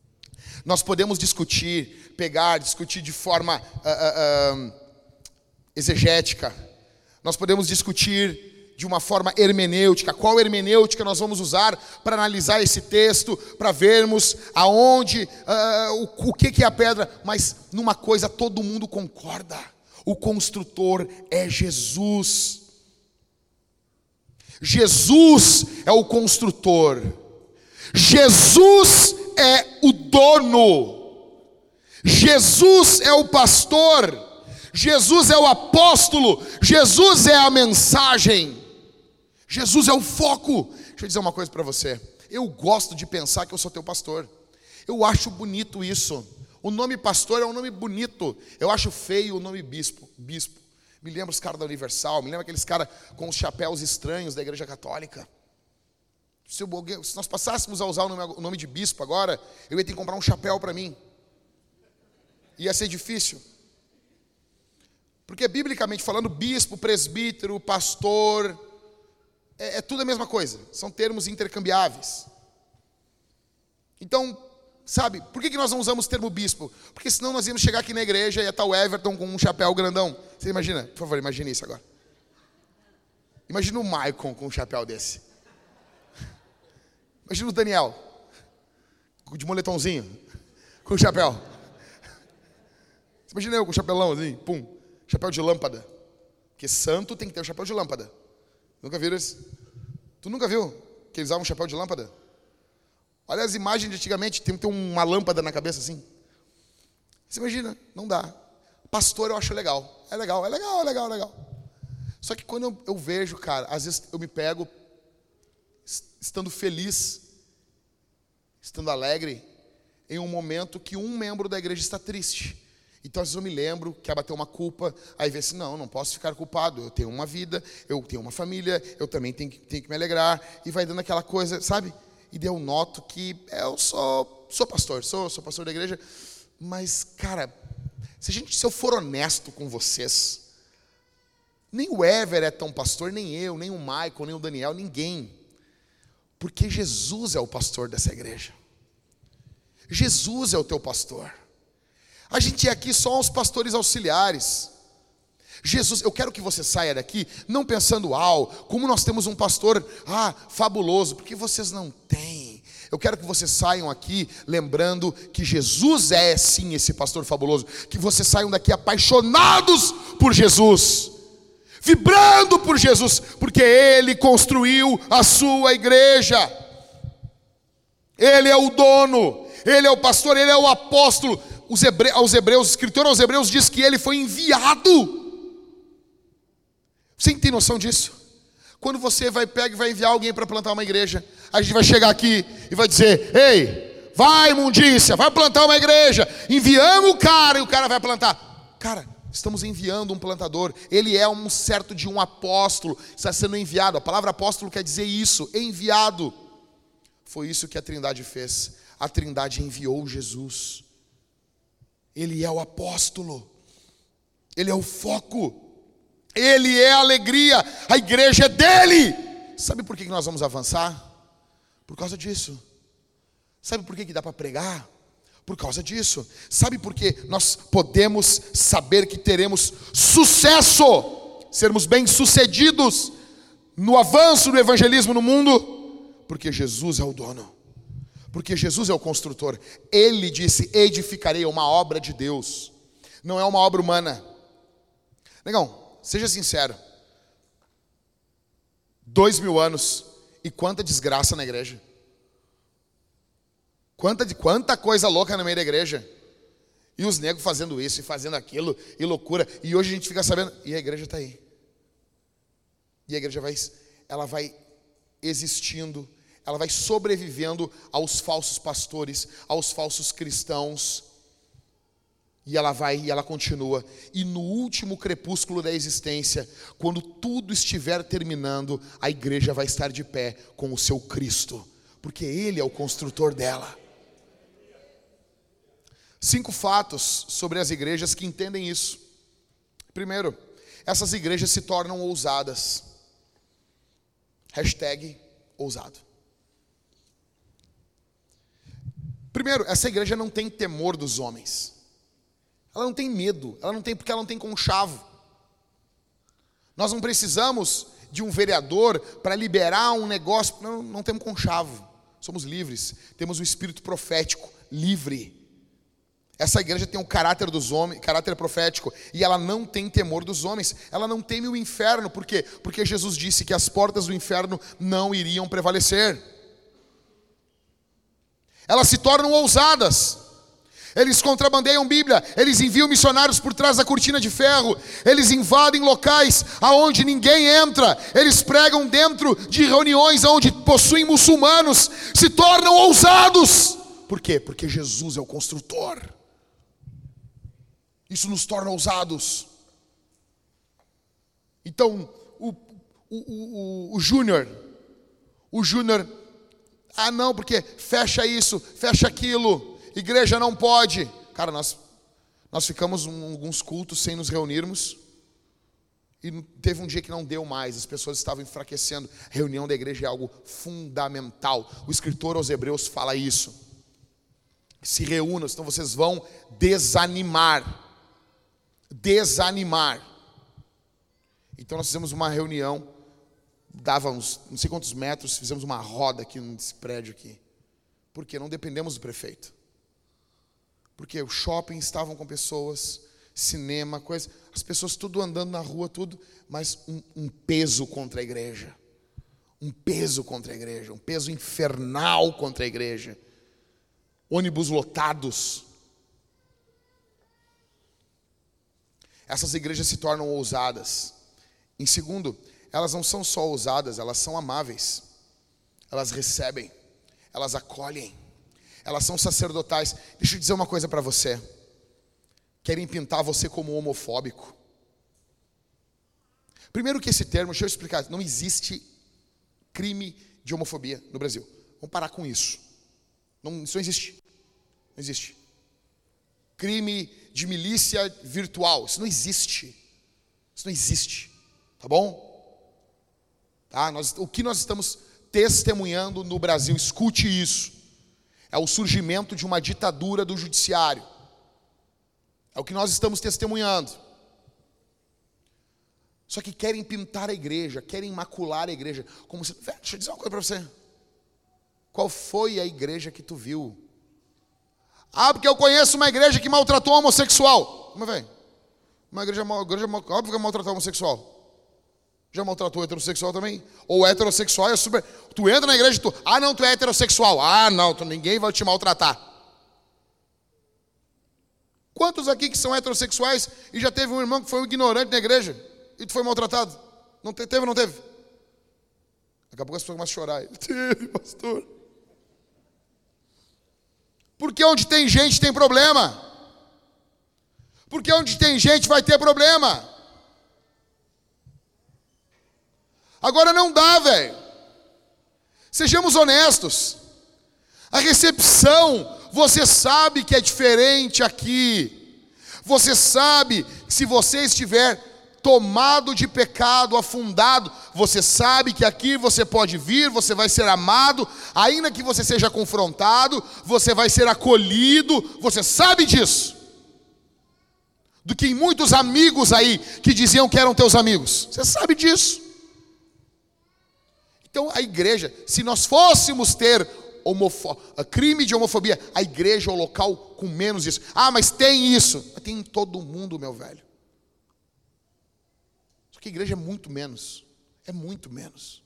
Speaker 5: Nós podemos discutir, pegar, discutir de forma uh, uh, uh, exegética, nós podemos discutir de uma forma hermenêutica, qual hermenêutica nós vamos usar para analisar esse texto, para vermos aonde, uh, o, o que, que é a pedra, mas numa coisa todo mundo concorda, o construtor é Jesus. Jesus é o construtor, Jesus é o dono, Jesus é o pastor, Jesus é o apóstolo, Jesus é a mensagem, Jesus é o foco. Deixa eu dizer uma coisa para você. Eu gosto de pensar que eu sou teu pastor. Eu acho bonito isso. O nome pastor é um nome bonito. Eu acho feio o nome bispo. Bispo. Me lembra os caras da Universal, me lembra aqueles caras com os chapéus estranhos da Igreja Católica. Se, eu, se nós passássemos a usar o nome, o nome de bispo agora, eu ia ter que comprar um chapéu para mim. Ia ser difícil. Porque biblicamente falando, bispo, presbítero, pastor, é, é tudo a mesma coisa. São termos intercambiáveis. Então, sabe, por que, que nós não usamos o termo bispo? Porque senão nós íamos chegar aqui na igreja e ia estar o Everton com um chapéu grandão. Você imagina? Por favor, imagine isso agora. Imagina o Maicon com um chapéu desse. Imagina o Daniel, de moletomzinho, com o chapéu. Imagina eu com o chapelão assim, pum. Chapéu de lâmpada. Porque santo tem que ter o chapéu de lâmpada. Nunca viram isso? Tu nunca viu que eles usavam um chapéu de lâmpada? Olha as imagens de antigamente, tem que ter uma lâmpada na cabeça assim. Você imagina? Não dá. Pastor eu acho legal. É legal, é legal, é legal, é legal. Só que quando eu, eu vejo, cara, às vezes eu me pego estando feliz, estando alegre, em um momento que um membro da igreja está triste. Então, às vezes eu me lembro que abateu uma culpa, aí vê assim, não, não posso ficar culpado, eu tenho uma vida, eu tenho uma família, eu também tenho que, tenho que me alegrar, e vai dando aquela coisa, sabe? E daí eu noto que eu sou, sou pastor, sou, sou pastor da igreja, mas, cara, se, a gente, se eu for honesto com vocês, nem o Ever é tão pastor, nem eu, nem o Michael, nem o Daniel, ninguém, porque Jesus é o pastor dessa igreja, Jesus é o teu pastor. A gente é aqui só os pastores auxiliares. Jesus, eu quero que você saia daqui não pensando, ah, como nós temos um pastor, ah, fabuloso, porque vocês não têm. Eu quero que vocês saiam aqui lembrando que Jesus é sim esse pastor fabuloso, que vocês saiam daqui apaixonados por Jesus, vibrando por Jesus, porque Ele construiu a sua igreja. Ele é o dono, Ele é o pastor, Ele é o apóstolo. Os hebre... aos hebreus, o escritor aos hebreus diz que ele foi enviado. Você tem noção disso? Quando você vai pegar e vai enviar alguém para plantar uma igreja, a gente vai chegar aqui e vai dizer, ei, vai imundícia, vai plantar uma igreja. Enviamos o cara e o cara vai plantar. Cara, estamos enviando um plantador. Ele é um certo de um apóstolo, está sendo enviado. A palavra apóstolo quer dizer isso, enviado. Foi isso que a Trindade fez. A Trindade enviou Jesus. Ele é o apóstolo, Ele é o foco, Ele é a alegria, a igreja é dele. Sabe por que nós vamos avançar? Por causa disso. Sabe por que dá para pregar? Por causa disso. Sabe por que nós podemos saber que teremos sucesso, sermos bem-sucedidos no avanço do evangelismo no mundo? Porque Jesus é o dono. Porque Jesus é o construtor. Ele disse, edificarei uma obra de Deus. Não é uma obra humana. Negão, seja sincero. Dois mil anos e quanta desgraça na igreja. Quanta, quanta coisa louca no meio da igreja. E os negros fazendo isso e fazendo aquilo. E loucura. E hoje a gente fica sabendo. E a igreja está aí. E a igreja vai, ela vai existindo. Ela vai sobrevivendo aos falsos pastores, aos falsos cristãos. E ela vai e ela continua. E no último crepúsculo da existência, quando tudo estiver terminando, a igreja vai estar de pé com o seu Cristo. Porque Ele é o construtor dela. Cinco fatos sobre as igrejas que entendem isso. Primeiro, essas igrejas se tornam ousadas. Hashtag ousado. Primeiro, essa igreja não tem temor dos homens. Ela não tem medo. Ela não tem porque ela não tem conchavo. Nós não precisamos de um vereador para liberar um negócio. Não, não temos conchavo. Somos livres. Temos o espírito profético livre. Essa igreja tem o caráter dos homens, caráter profético, e ela não tem temor dos homens. Ela não teme o inferno. Por quê? Porque Jesus disse que as portas do inferno não iriam prevalecer. Elas se tornam ousadas. Eles contrabandeiam Bíblia, eles enviam missionários por trás da cortina de ferro, eles invadem locais aonde ninguém entra, eles pregam dentro de reuniões onde possuem muçulmanos, se tornam ousados. Por quê? Porque Jesus é o construtor. Isso nos torna ousados. Então, o, o, o, o, o Júnior, o Júnior, ah não, porque fecha isso, fecha aquilo, igreja não pode. Cara, nós, nós ficamos um, alguns cultos sem nos reunirmos, e teve um dia que não deu mais, as pessoas estavam enfraquecendo. Reunião da igreja é algo fundamental. O escritor aos Hebreus fala isso. Se reúnam, senão vocês vão desanimar. Desanimar. Então nós fizemos uma reunião, dava uns não sei quantos metros, fizemos uma roda aqui nesse prédio aqui. Por quê? Não dependemos do prefeito. Porque o shopping estavam com pessoas, cinema, coisa, as pessoas tudo andando na rua, tudo, mas um, um peso contra a igreja. Um peso contra a igreja, um peso infernal contra a igreja. Ônibus lotados. Essas igrejas se tornam ousadas. Em segundo, elas não são só ousadas, elas são amáveis. Elas recebem, elas acolhem, elas são sacerdotais. Deixa eu dizer uma coisa para você. Querem pintar você como homofóbico. Primeiro que esse termo, deixa eu explicar, não existe crime de homofobia no Brasil. Vamos parar com isso. Não, isso não existe. Não existe. Crime de milícia virtual, isso não existe. Isso não existe. Tá bom? Tá? Nós, o que nós estamos testemunhando no Brasil, escute isso, é o surgimento de uma ditadura do judiciário. É o que nós estamos testemunhando. Só que querem pintar a igreja, querem macular a igreja. Como se... Deixa eu dizer uma coisa para você. Qual foi a igreja que tu viu? Ah, porque eu conheço uma igreja que maltratou homossexual. Mas vem, uma igreja, uma igreja óbvio que maltratou homossexual. Já maltratou heterossexual também? Ou heterossexual é super... Tu entra na igreja e tu... Ah, não, tu é heterossexual. Ah, não, tu, ninguém vai te maltratar. Quantos aqui que são heterossexuais e já teve um irmão que foi um ignorante na igreja e tu foi maltratado? Não te, teve ou não teve? Daqui a pouco as pessoas começam a chorar. Teve, pastor. Porque onde tem gente tem problema. Porque onde tem gente vai ter problema. Agora não dá, velho. Sejamos honestos. A recepção, você sabe que é diferente aqui. Você sabe que se você estiver tomado de pecado, afundado, você sabe que aqui você pode vir, você vai ser amado, ainda que você seja confrontado, você vai ser acolhido, você sabe disso. Do que em muitos amigos aí que diziam que eram teus amigos. Você sabe disso. Então a igreja, se nós fôssemos ter homofo- crime de homofobia, a igreja é o local com menos isso. Ah, mas tem isso. Tem em todo mundo, meu velho. Só que a igreja é muito menos. É muito menos.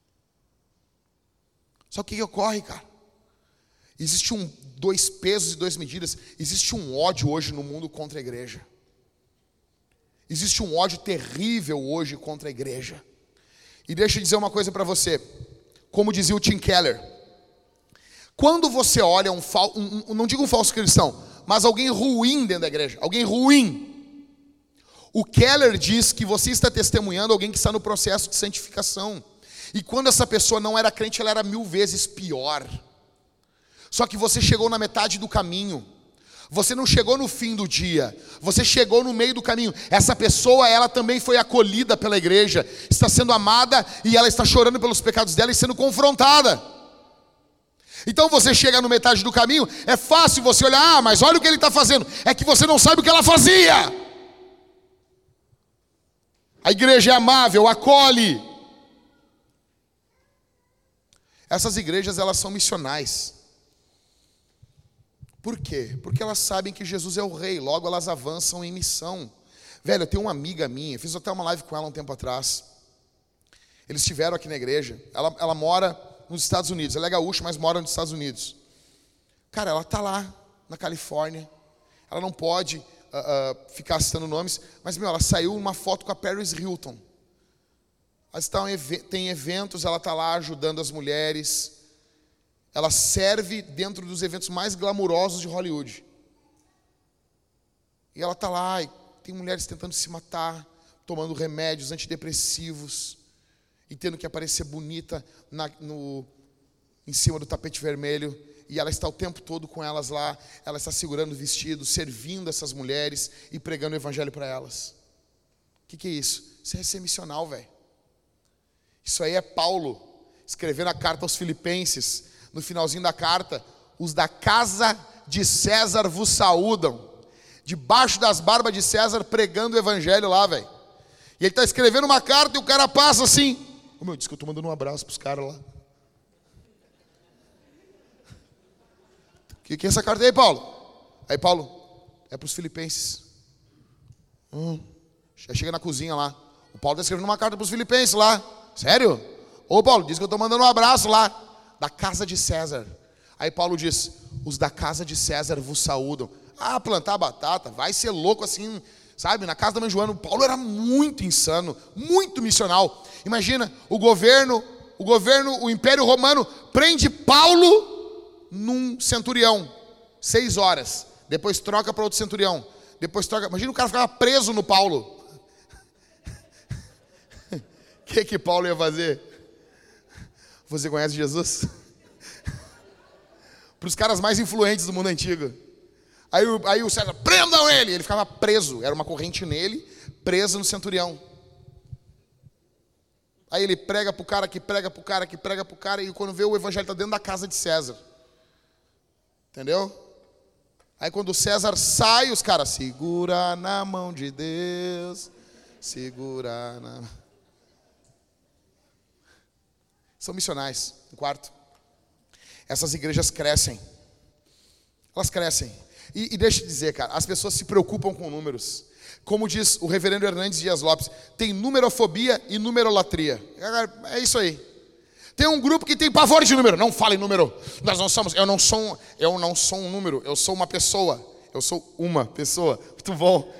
Speaker 5: Só que o que ocorre, cara? Existe um, dois pesos e duas medidas. Existe um ódio hoje no mundo contra a igreja. Existe um ódio terrível hoje contra a igreja. E deixa eu dizer uma coisa para você. Como dizia o Tim Keller. Quando você olha um, fal, um, um, não digo um falso cristão, mas alguém ruim dentro da igreja, alguém ruim. O Keller diz que você está testemunhando alguém que está no processo de santificação. E quando essa pessoa não era crente, ela era mil vezes pior. Só que você chegou na metade do caminho. Você não chegou no fim do dia, você chegou no meio do caminho. Essa pessoa, ela também foi acolhida pela igreja, está sendo amada e ela está chorando pelos pecados dela e sendo confrontada. Então você chega no metade do caminho, é fácil você olhar, ah, mas olha o que ele está fazendo. É que você não sabe o que ela fazia. A igreja é amável, acolhe. Essas igrejas, elas são missionais. Por quê? Porque elas sabem que Jesus é o rei, logo elas avançam em missão. Velho, eu tenho uma amiga minha, fiz até uma live com ela um tempo atrás. Eles estiveram aqui na igreja, ela, ela mora nos Estados Unidos, ela é gaúcha, mas mora nos Estados Unidos. Cara, ela está lá, na Califórnia, ela não pode uh, uh, ficar citando nomes, mas, meu, ela saiu uma foto com a Paris Hilton. Elas estão em, tem eventos, ela está lá ajudando as mulheres. Ela serve dentro dos eventos mais glamurosos de Hollywood. E ela está lá, e tem mulheres tentando se matar, tomando remédios antidepressivos, e tendo que aparecer bonita na, no, em cima do tapete vermelho. E ela está o tempo todo com elas lá, ela está segurando o vestido, servindo essas mulheres e pregando o evangelho para elas. O que, que é isso? Isso é ser missional, velho. Isso aí é Paulo escrevendo a carta aos Filipenses. No finalzinho da carta, os da casa de César vos saúdam. Debaixo das barbas de César, pregando o evangelho lá, velho. E ele está escrevendo uma carta e o cara passa assim. Ô, meu, diz que eu estou mandando um abraço para os caras lá. O que, que é essa carta aí, Paulo? Aí, Paulo, é para os filipenses. Hum, já chega na cozinha lá. O Paulo está escrevendo uma carta para os filipenses lá. Sério? Ô, Paulo, diz que eu estou mandando um abraço lá. Da casa de César. Aí Paulo diz, os da casa de César vos saúdam. Ah, plantar batata, vai ser louco assim, sabe? Na casa da mãe Joana, o Paulo era muito insano, muito missional. Imagina, o governo, o governo, o Império Romano prende Paulo num centurião, seis horas. Depois troca para outro centurião. Depois troca. Imagina o cara ficava preso no Paulo. O que que Paulo ia fazer? Você conhece Jesus? Para os caras mais influentes do mundo antigo. Aí, aí o César, prendam ele! Ele ficava preso, era uma corrente nele, preso no centurião. Aí ele prega para o cara, que prega para o cara, que prega para o cara, e quando vê o evangelho está dentro da casa de César. Entendeu? Aí quando o César sai, os caras, segura na mão de Deus, segura na... São missionais. Um quarto. Essas igrejas crescem. Elas crescem. E, e deixa eu dizer, cara, as pessoas se preocupam com números. Como diz o reverendo Hernandes Dias Lopes, tem numerofobia e numerolatria. É isso aí. Tem um grupo que tem pavor de número. Não fala em número. Nós não somos, eu não sou, eu não sou um número, eu sou uma pessoa. Eu sou uma pessoa. Muito bom.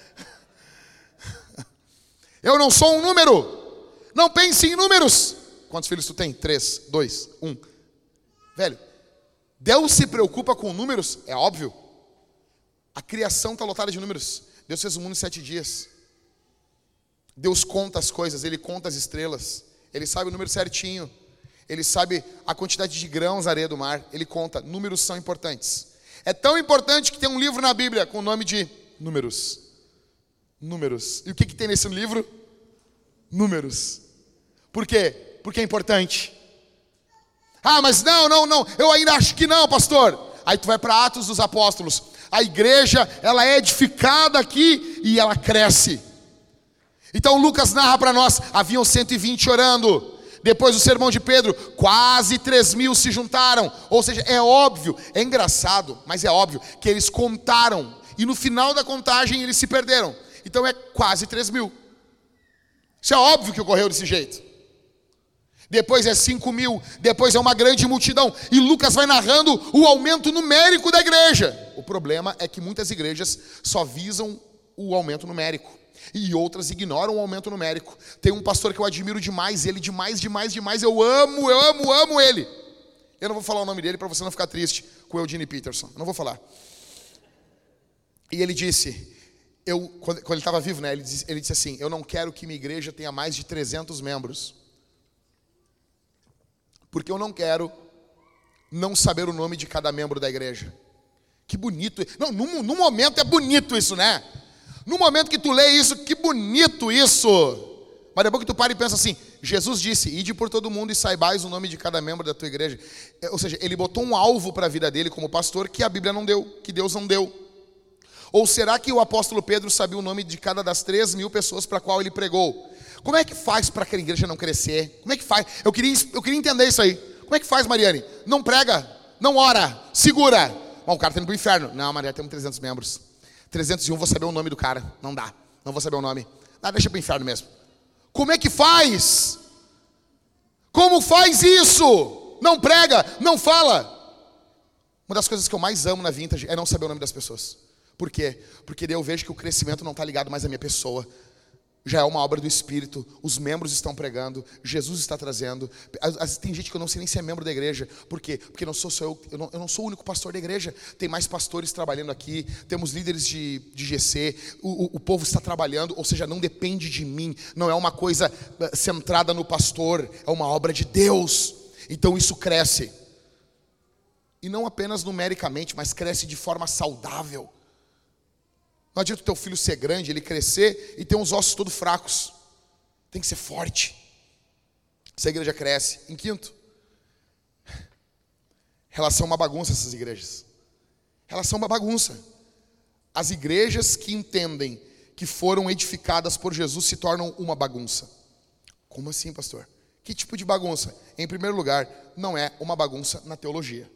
Speaker 5: Eu não sou um número. Não pense em números. Quantos filhos tu tem? Três, dois, um. Velho, Deus se preocupa com números, é óbvio. A criação está lotada de números. Deus fez o mundo em sete dias. Deus conta as coisas, Ele conta as estrelas. Ele sabe o número certinho. Ele sabe a quantidade de grãos na areia do mar. Ele conta, números são importantes. É tão importante que tem um livro na Bíblia com o nome de Números. Números. E o que, que tem nesse livro? Números. Por quê? Porque é importante. Ah, mas não, não, não, eu ainda acho que não, pastor. Aí tu vai para Atos dos Apóstolos. A igreja, ela é edificada aqui e ela cresce. Então Lucas narra para nós, haviam cento e vinte orando. Depois do sermão de Pedro, quase três mil se juntaram. Ou seja, é óbvio, é engraçado, mas é óbvio que eles contaram. E no final da contagem eles se perderam. Então é quase três mil. Isso é óbvio que ocorreu desse jeito. Depois é cinco mil, depois é uma grande multidão. E Lucas vai narrando o aumento numérico da igreja. O problema é que muitas igrejas só visam o aumento numérico. E outras ignoram o aumento numérico. Tem um pastor que eu admiro demais, ele demais, demais, demais. Eu amo, eu amo, amo ele. Eu não vou falar o nome dele para você não ficar triste com o Eugene Peterson. Eu não vou falar. E ele disse, eu, quando, quando ele estava vivo, né, ele disse, ele disse assim, eu não quero que minha igreja tenha mais de trezentos membros. Porque eu não quero não saber o nome de cada membro da igreja. Que bonito. Não, no, no momento é bonito isso, né? No momento que tu lê isso, que bonito isso. Mas depois que tu para e pensa assim, Jesus disse, ide por todo mundo e saibais o nome de cada membro da tua igreja. Ou seja, ele botou um alvo para a vida dele como pastor que a Bíblia não deu, que Deus não deu. Ou será que o apóstolo Pedro sabia o nome de cada das três mil pessoas para a qual ele pregou? Como é que faz para aquela igreja não crescer? Como é que faz? Eu queria, eu queria entender isso aí. Como é que faz, Mariane? Não prega, não ora, segura. Bom, o cara está indo para o inferno. Não, Mariane, temos trezentos membros. trezentos e um, vou saber o nome do cara. Não dá, não vou saber o nome. Ah, deixa para o inferno mesmo. Como é que faz? Como faz isso? Não prega, não fala. Uma das coisas que eu mais amo na Vintage é não saber o nome das pessoas. Por quê? Porque daí eu vejo que o crescimento não está ligado mais à minha pessoa. Já é uma obra do Espírito, os membros estão pregando, Jesus está trazendo. Tem gente que eu não sei nem se é membro da igreja. Por quê? Porque não sou só eu, eu, não, eu não sou o único pastor da igreja. Tem mais pastores trabalhando aqui, temos líderes de, de G C, o, o, o povo está trabalhando, ou seja, não depende de mim, não é uma coisa centrada no pastor, é uma obra de Deus. Então isso cresce. E não apenas numericamente, mas cresce de forma saudável. Não adianta o teu filho ser grande, ele crescer e ter uns ossos todos fracos. Tem que ser forte. Essa igreja cresce. Em quinto, relação a uma bagunça essas igrejas. Relação a uma bagunça. As igrejas que entendem que foram edificadas por Jesus se tornam uma bagunça. Como assim, pastor? Que tipo de bagunça? Em primeiro lugar, não é uma bagunça na teologia.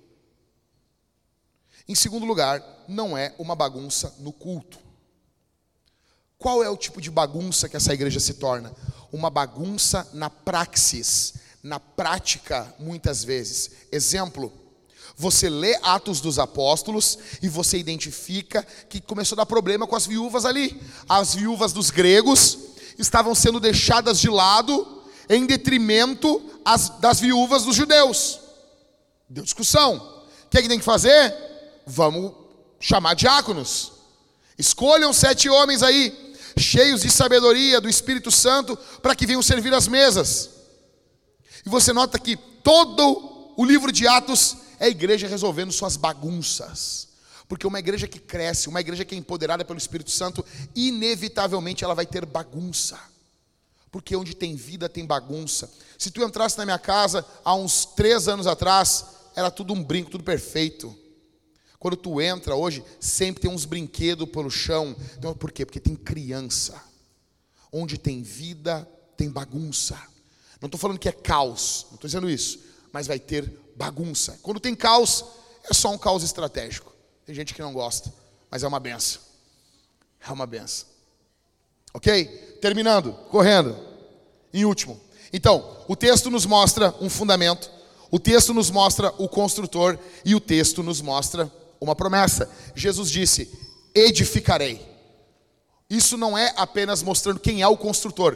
Speaker 5: Em segundo lugar, não é uma bagunça no culto. Qual é o tipo de bagunça que essa igreja se torna? Uma bagunça na praxis, na prática, muitas vezes. Exemplo, você lê Atos dos Apóstolos e você identifica que começou a dar problema com as viúvas ali. As viúvas dos gregos estavam sendo deixadas de lado em detrimento as, das viúvas dos judeus. Deu discussão. O que é que tem que fazer? Vamos chamar diáconos. Escolham sete homens aí, cheios de sabedoria do Espírito Santo, para que venham servir as mesas. E você nota que todo o livro de Atos é a igreja resolvendo suas bagunças. Porque uma igreja que cresce, uma igreja que é empoderada pelo Espírito Santo, inevitavelmente ela vai ter bagunça. Porque onde tem vida tem bagunça. Se tu entrasse na minha casa há uns três anos atrás, era tudo um brinco, tudo perfeito. Quando tu entra hoje, sempre tem uns brinquedos pelo chão. Então, por quê? Porque tem criança. Onde tem vida, tem bagunça. Não estou falando que é caos, não estou dizendo isso. Mas vai ter bagunça. Quando tem caos, é só um caos estratégico. Tem gente que não gosta, mas é uma benção. É uma benção. Ok? Terminando, correndo. Em último. Então, o texto nos mostra um fundamento. O texto nos mostra o construtor. E o texto nos mostra uma promessa. Jesus disse: edificarei. Isso não é apenas mostrando quem é o construtor.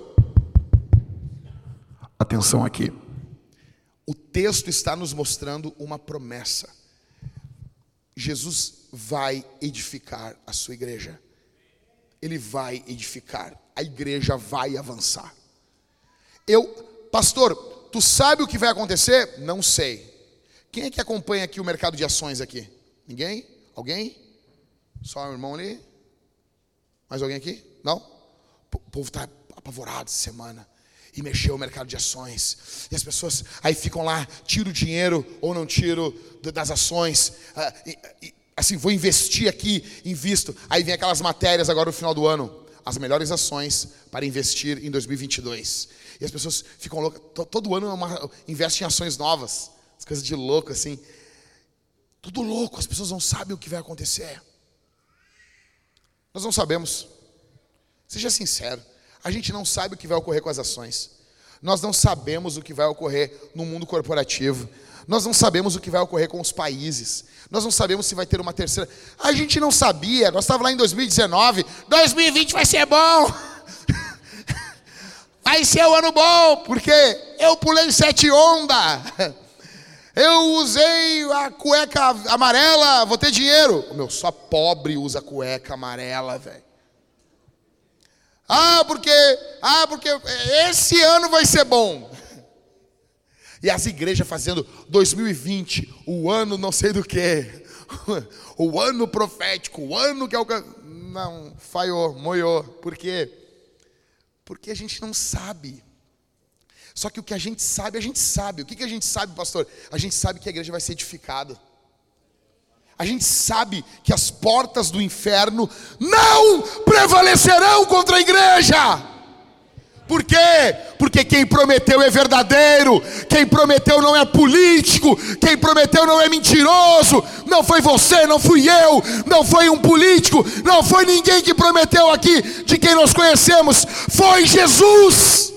Speaker 5: Atenção aqui. O texto está nos mostrando uma promessa. Jesus vai edificar a sua igreja. Ele vai edificar. A igreja vai avançar. Eu, pastor, tu sabe o que vai acontecer? Não sei. Quem é que acompanha aqui o mercado de ações aqui? Ninguém? Alguém? Só o irmão ali? Mais alguém aqui? Não? O povo está apavorado essa semana. E mexeu o mercado de ações. E as pessoas aí ficam lá, tiro o dinheiro ou não tiro das ações. Ah, e, e, assim, vou investir aqui, invisto. Aí vem aquelas matérias agora no final do ano. As melhores ações para investir em dois mil e vinte e dois. E as pessoas ficam loucas. Todo ano é uma, investe em ações novas. As coisas de louco assim. Tudo louco, as pessoas não sabem o que vai acontecer. Nós não sabemos. Seja sincero, a gente não sabe o que vai ocorrer com as ações. Nós não sabemos o que vai ocorrer no mundo corporativo. Nós não sabemos o que vai ocorrer com os países. Nós não sabemos se vai ter uma terceira. A gente não sabia, nós estávamos lá em dois mil e dezenove. dois mil e vinte vai ser bom. Vai ser o ano bom, porque eu pulei sete ondas. Eu usei a cueca amarela, vou ter dinheiro. Meu, só pobre usa cueca amarela, velho. Ah, porque, ah, porque esse ano vai ser bom. E as igrejas fazendo dois mil e vinte, o ano não sei do que, o ano profético, o ano que é o... Não, falhou, moiou. Por quê? Porque a gente não sabe. Só que o que a gente sabe, a gente sabe. O que, que a gente sabe, pastor? A gente sabe que a igreja vai ser edificada. A gente sabe que as portas do inferno não prevalecerão contra a igreja. Por quê? Porque quem prometeu é verdadeiro, quem prometeu não é político, quem prometeu não é mentiroso. Não foi você, não fui eu, não foi um político, não foi ninguém que prometeu aqui de quem nós conhecemos. Foi Jesus.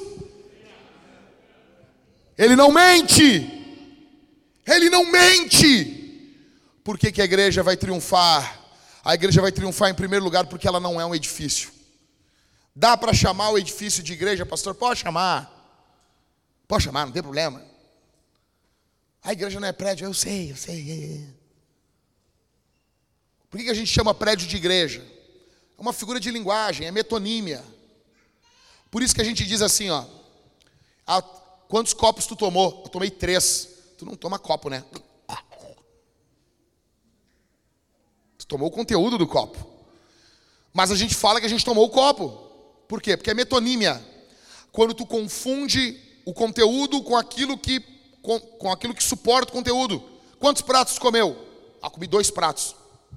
Speaker 5: Ele não mente. Ele não mente. Por que que a igreja vai triunfar? A igreja vai triunfar em primeiro lugar porque ela não é um edifício. Dá para chamar o edifício de igreja, pastor? Pode chamar. Pode chamar, não tem problema. A igreja não é prédio, eu sei, eu sei. Por que que a gente chama prédio de igreja? É uma figura de linguagem, é metonímia. Por isso que a gente diz assim, ó. Ah, quantos copos tu tomou? Eu tomei três. Tu não toma copo, né? Tu tomou o conteúdo do copo. Mas a gente fala que a gente tomou o copo. Por quê? Porque é metonímia. Quando tu confunde o conteúdo com aquilo que, com, com aquilo que suporta o conteúdo. Quantos pratos tu comeu? Ah, comi dois pratos.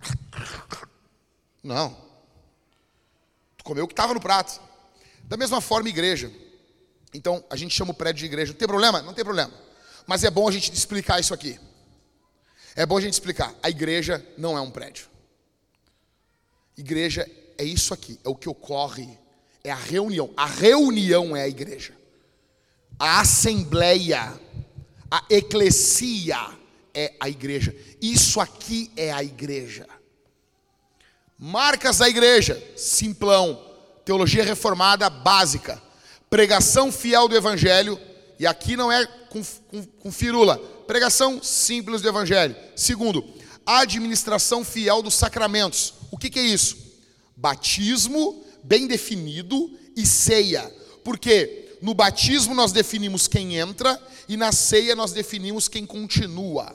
Speaker 5: Não. Tu comeu o que estava no prato. Da mesma forma, igreja. Então, a gente chama o prédio de igreja. Não tem problema? Não tem problema. Mas é bom a gente explicar isso aqui. É bom a gente explicar. A igreja não é um prédio. Igreja é isso aqui. É o que ocorre. É a reunião. A reunião é a igreja. A assembleia, a eclesia é a igreja. Isso aqui é a igreja. Marcas da igreja, simplão. Teologia reformada básica. Pregação fiel do evangelho. E aqui não é com, com, com firula. Pregação simples do evangelho. Segundo, administração fiel dos sacramentos. O que que é isso? Batismo bem definido e ceia. Porque no batismo nós definimos quem entra e na ceia nós definimos quem continua.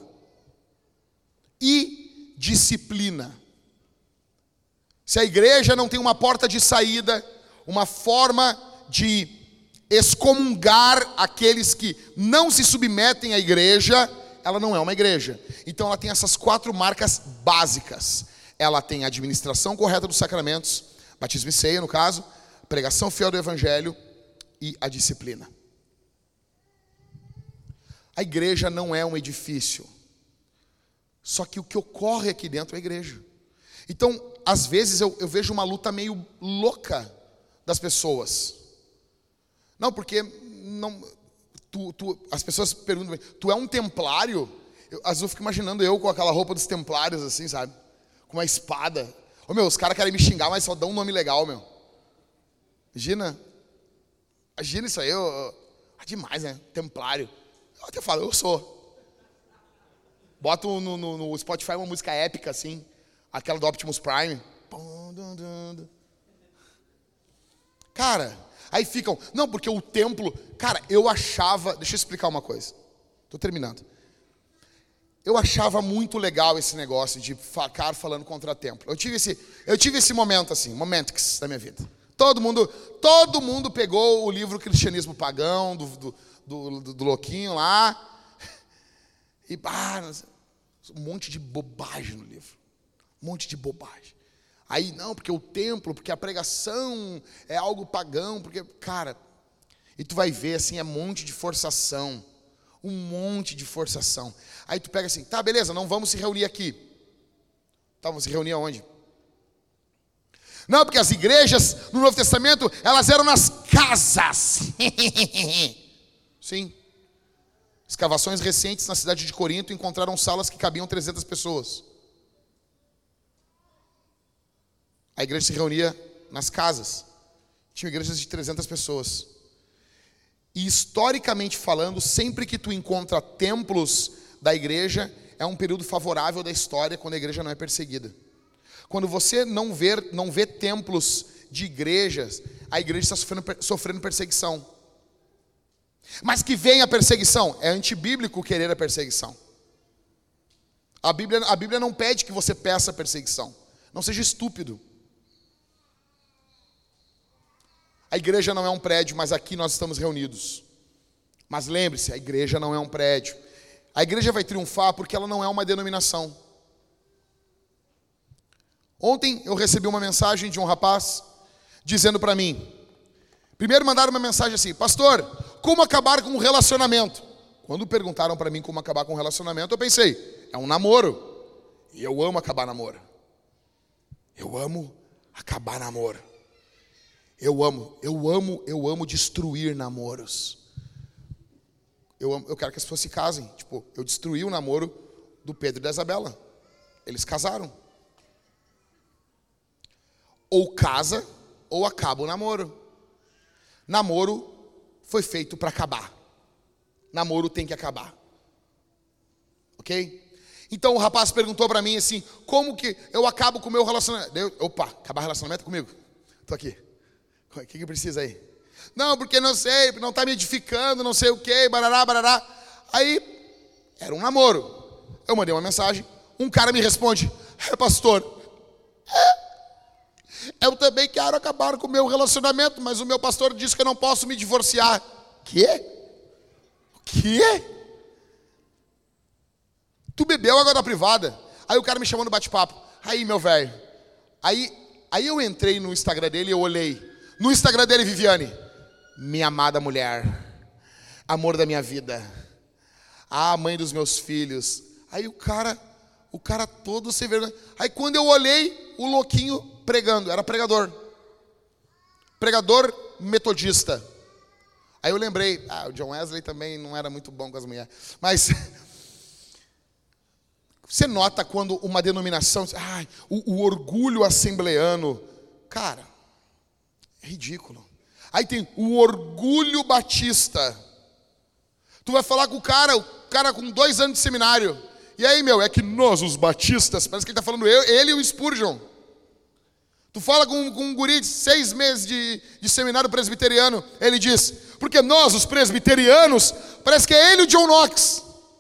Speaker 5: E disciplina. Se a igreja não tem uma porta de saída, uma forma de excomungar aqueles que não se submetem à igreja, ela não é uma igreja. Então ela tem essas quatro marcas básicas. Ela tem a administração correta dos sacramentos, batismo e ceia no caso, pregação fiel do evangelho e a disciplina. A igreja não é um edifício. Só que o que ocorre aqui dentro é a igreja. Então, às vezes eu, eu vejo uma luta meio louca das pessoas. Não, porque não, tu, tu, as pessoas perguntam, tu é um templário? Eu, às vezes eu fico imaginando eu com aquela roupa dos templários assim, sabe? Com uma espada. Ô meu, os caras querem me xingar, mas só dão um nome legal, meu. Imagina. Imagina isso aí, eu, eu, é demais, né? Templário. Eu até falo, eu sou. Boto no, no, no Spotify uma música épica assim, aquela do Optimus Prime. Cara, aí ficam, não, porque o templo... Cara, eu achava... Deixa eu explicar uma coisa. Tô terminando. Eu achava muito legal esse negócio de ficar falando contra o templo. Eu tive esse, eu tive esse momento assim, momentix da minha vida. Todo mundo, todo mundo pegou o livro Cristianismo Pagão, do, do, do, do, do louquinho lá. E ah, um monte de bobagem no livro. Um monte de bobagem. Aí, não, porque o templo, porque a pregação é algo pagão, porque, cara, e tu vai ver, assim, é um monte de forçação, um monte de forçação. Aí tu pega assim, tá, beleza, não vamos se reunir aqui. Tá, vamos se reunir aonde? Não, porque as igrejas no Novo Testamento, elas eram nas casas. Sim. Escavações recentes na cidade de Corinto encontraram salas que cabiam trezentas pessoas. A igreja se reunia nas casas. Tinha igrejas de trezentas pessoas. E historicamente falando, sempre que tu encontra templos da igreja, é um período favorável da história quando a igreja não é perseguida. Quando você não vê, não vê templos de igrejas, a igreja está sofrendo, sofrendo perseguição. Mas que vem a perseguição, é antibíblico querer a perseguição. A Bíblia, a Bíblia não pede que você peça a perseguição. Não seja estúpido. A igreja não é um prédio, mas aqui nós estamos reunidos. Mas lembre-se, a igreja não é um prédio. A igreja vai triunfar porque ela não é uma denominação. Ontem eu recebi uma mensagem de um rapaz dizendo para mim, primeiro mandaram uma mensagem assim, pastor, como acabar com um relacionamento? Quando perguntaram para mim como acabar com um relacionamento, eu pensei, é um namoro. E eu amo acabar namoro. Eu amo acabar namoro. Eu amo, eu amo, eu amo destruir namoros. Eu, amo, eu quero que as pessoas se casem. Tipo, eu destruí o namoro do Pedro e da Isabela. Eles casaram. Ou casa, ou acaba o namoro. Namoro foi feito para acabar. Namoro tem que acabar. Ok? Então o rapaz perguntou para mim assim, como que eu acabo com o meu relacionamento? Eu, opa, acabar relacionamento comigo? Tô aqui. O que que precisa aí? Não, porque não sei, não tá me edificando, não sei o que, barará, barará. Aí, era um namoro. Eu mandei uma mensagem, um cara me responde, é pastor, é, eu também quero acabar com o meu relacionamento, mas o meu pastor disse que eu não posso me divorciar. Quê? O quê? Tu bebeu água da privada? Aí o cara me chamou no bate-papo. Aí, meu velho. Aí, aí eu entrei no Instagram dele e eu olhei. No Instagram dele, Viviane. Minha amada mulher. Amor da minha vida. Ah, mãe dos meus filhos. Aí o cara, o cara todo sem vergonha. Aí quando eu olhei, o louquinho pregando. Era pregador. Pregador metodista. Aí eu lembrei. Ah, o John Wesley também não era muito bom com as mulheres. Mas... Você nota quando uma denominação, ah, o, o orgulho assembleano, cara, é ridículo. Aí tem o orgulho batista. Tu vai falar com o cara, o cara com dois anos de seminário. E aí, meu, é que nós, os batistas, parece que ele está falando eu, ele e o Spurgeon. Tu fala com, com um guri de seis meses de, de seminário presbiteriano, ele diz, porque nós, os presbiterianos, parece que é ele e o John Knox.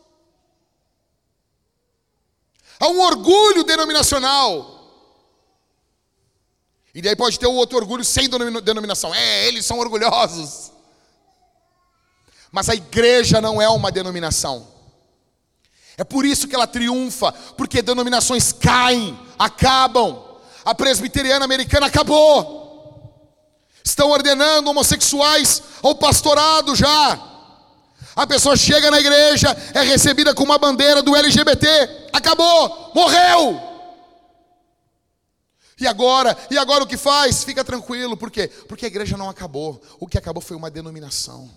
Speaker 5: Há um orgulho denominacional. E daí pode ter o outro orgulho sem denominação. É, eles são orgulhosos. Mas a igreja não é uma denominação. É por isso que ela triunfa. Porque denominações caem, acabam. A presbiteriana americana acabou. Estão ordenando homossexuais ao pastorado já. A pessoa chega na igreja, é recebida com uma bandeira do L G B T. Acabou, morreu. E agora, e agora o que faz? Fica tranquilo, por quê? Porque a igreja não acabou. O que acabou foi uma denominação.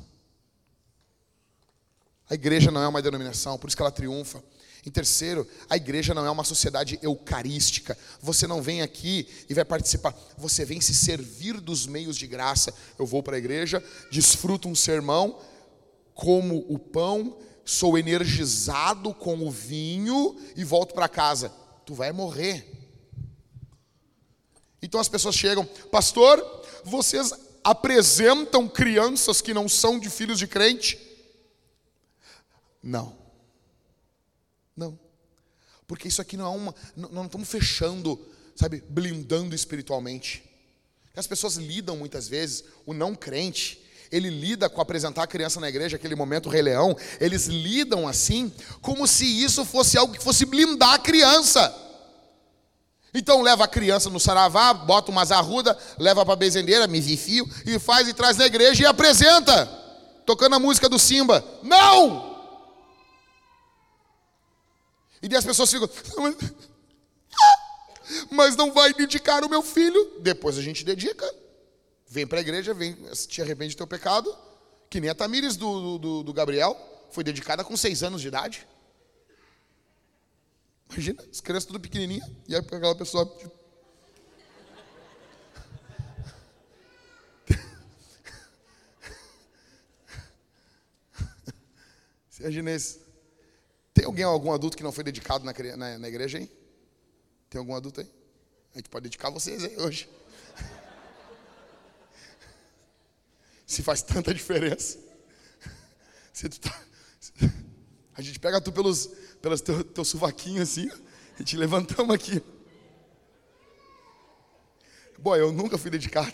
Speaker 5: A igreja não é uma denominação, por isso que ela triunfa. Em terceiro, a igreja não é uma sociedade eucarística. Você não vem aqui e vai participar. Você vem se servir dos meios de graça. Eu vou para a igreja, desfruto um sermão, como o pão, sou energizado com o vinho e volto para casa. Tu vai morrer. Então as pessoas chegam, pastor, vocês apresentam crianças que não são de filhos de crente? Não. Não. Porque isso aqui não é uma, não, não estamos fechando, sabe, blindando espiritualmente. As pessoas lidam muitas vezes, o não crente, ele lida com apresentar a criança na igreja, aquele momento Rei Leão, eles lidam assim, como se isso fosse algo que fosse blindar a criança. Então leva a criança no saravá, bota umas arruda, leva para a bezendeira, misifio, e faz e traz na igreja e apresenta, tocando a música do Simba. Não! E daí as pessoas ficam, mas não vai dedicar o meu filho. Depois a gente dedica. Vem para a igreja, vem, te arrepende do teu pecado. Que nem a Tamires do, do, do Gabriel. Foi dedicada com seis anos de idade. Imagina, as crianças tudo pequenininha. E aí aquela pessoa... Tipo... Imagina isso. Tem alguém, algum adulto que não foi dedicado na, na, na igreja, hein? Tem algum adulto aí? A gente pode dedicar vocês aí hoje. Se faz tanta diferença. Se tu tá... A gente pega tu pelos, pelos teu, teu sovaquinho assim, e te levantamos aqui. Bom, eu nunca fui dedicado.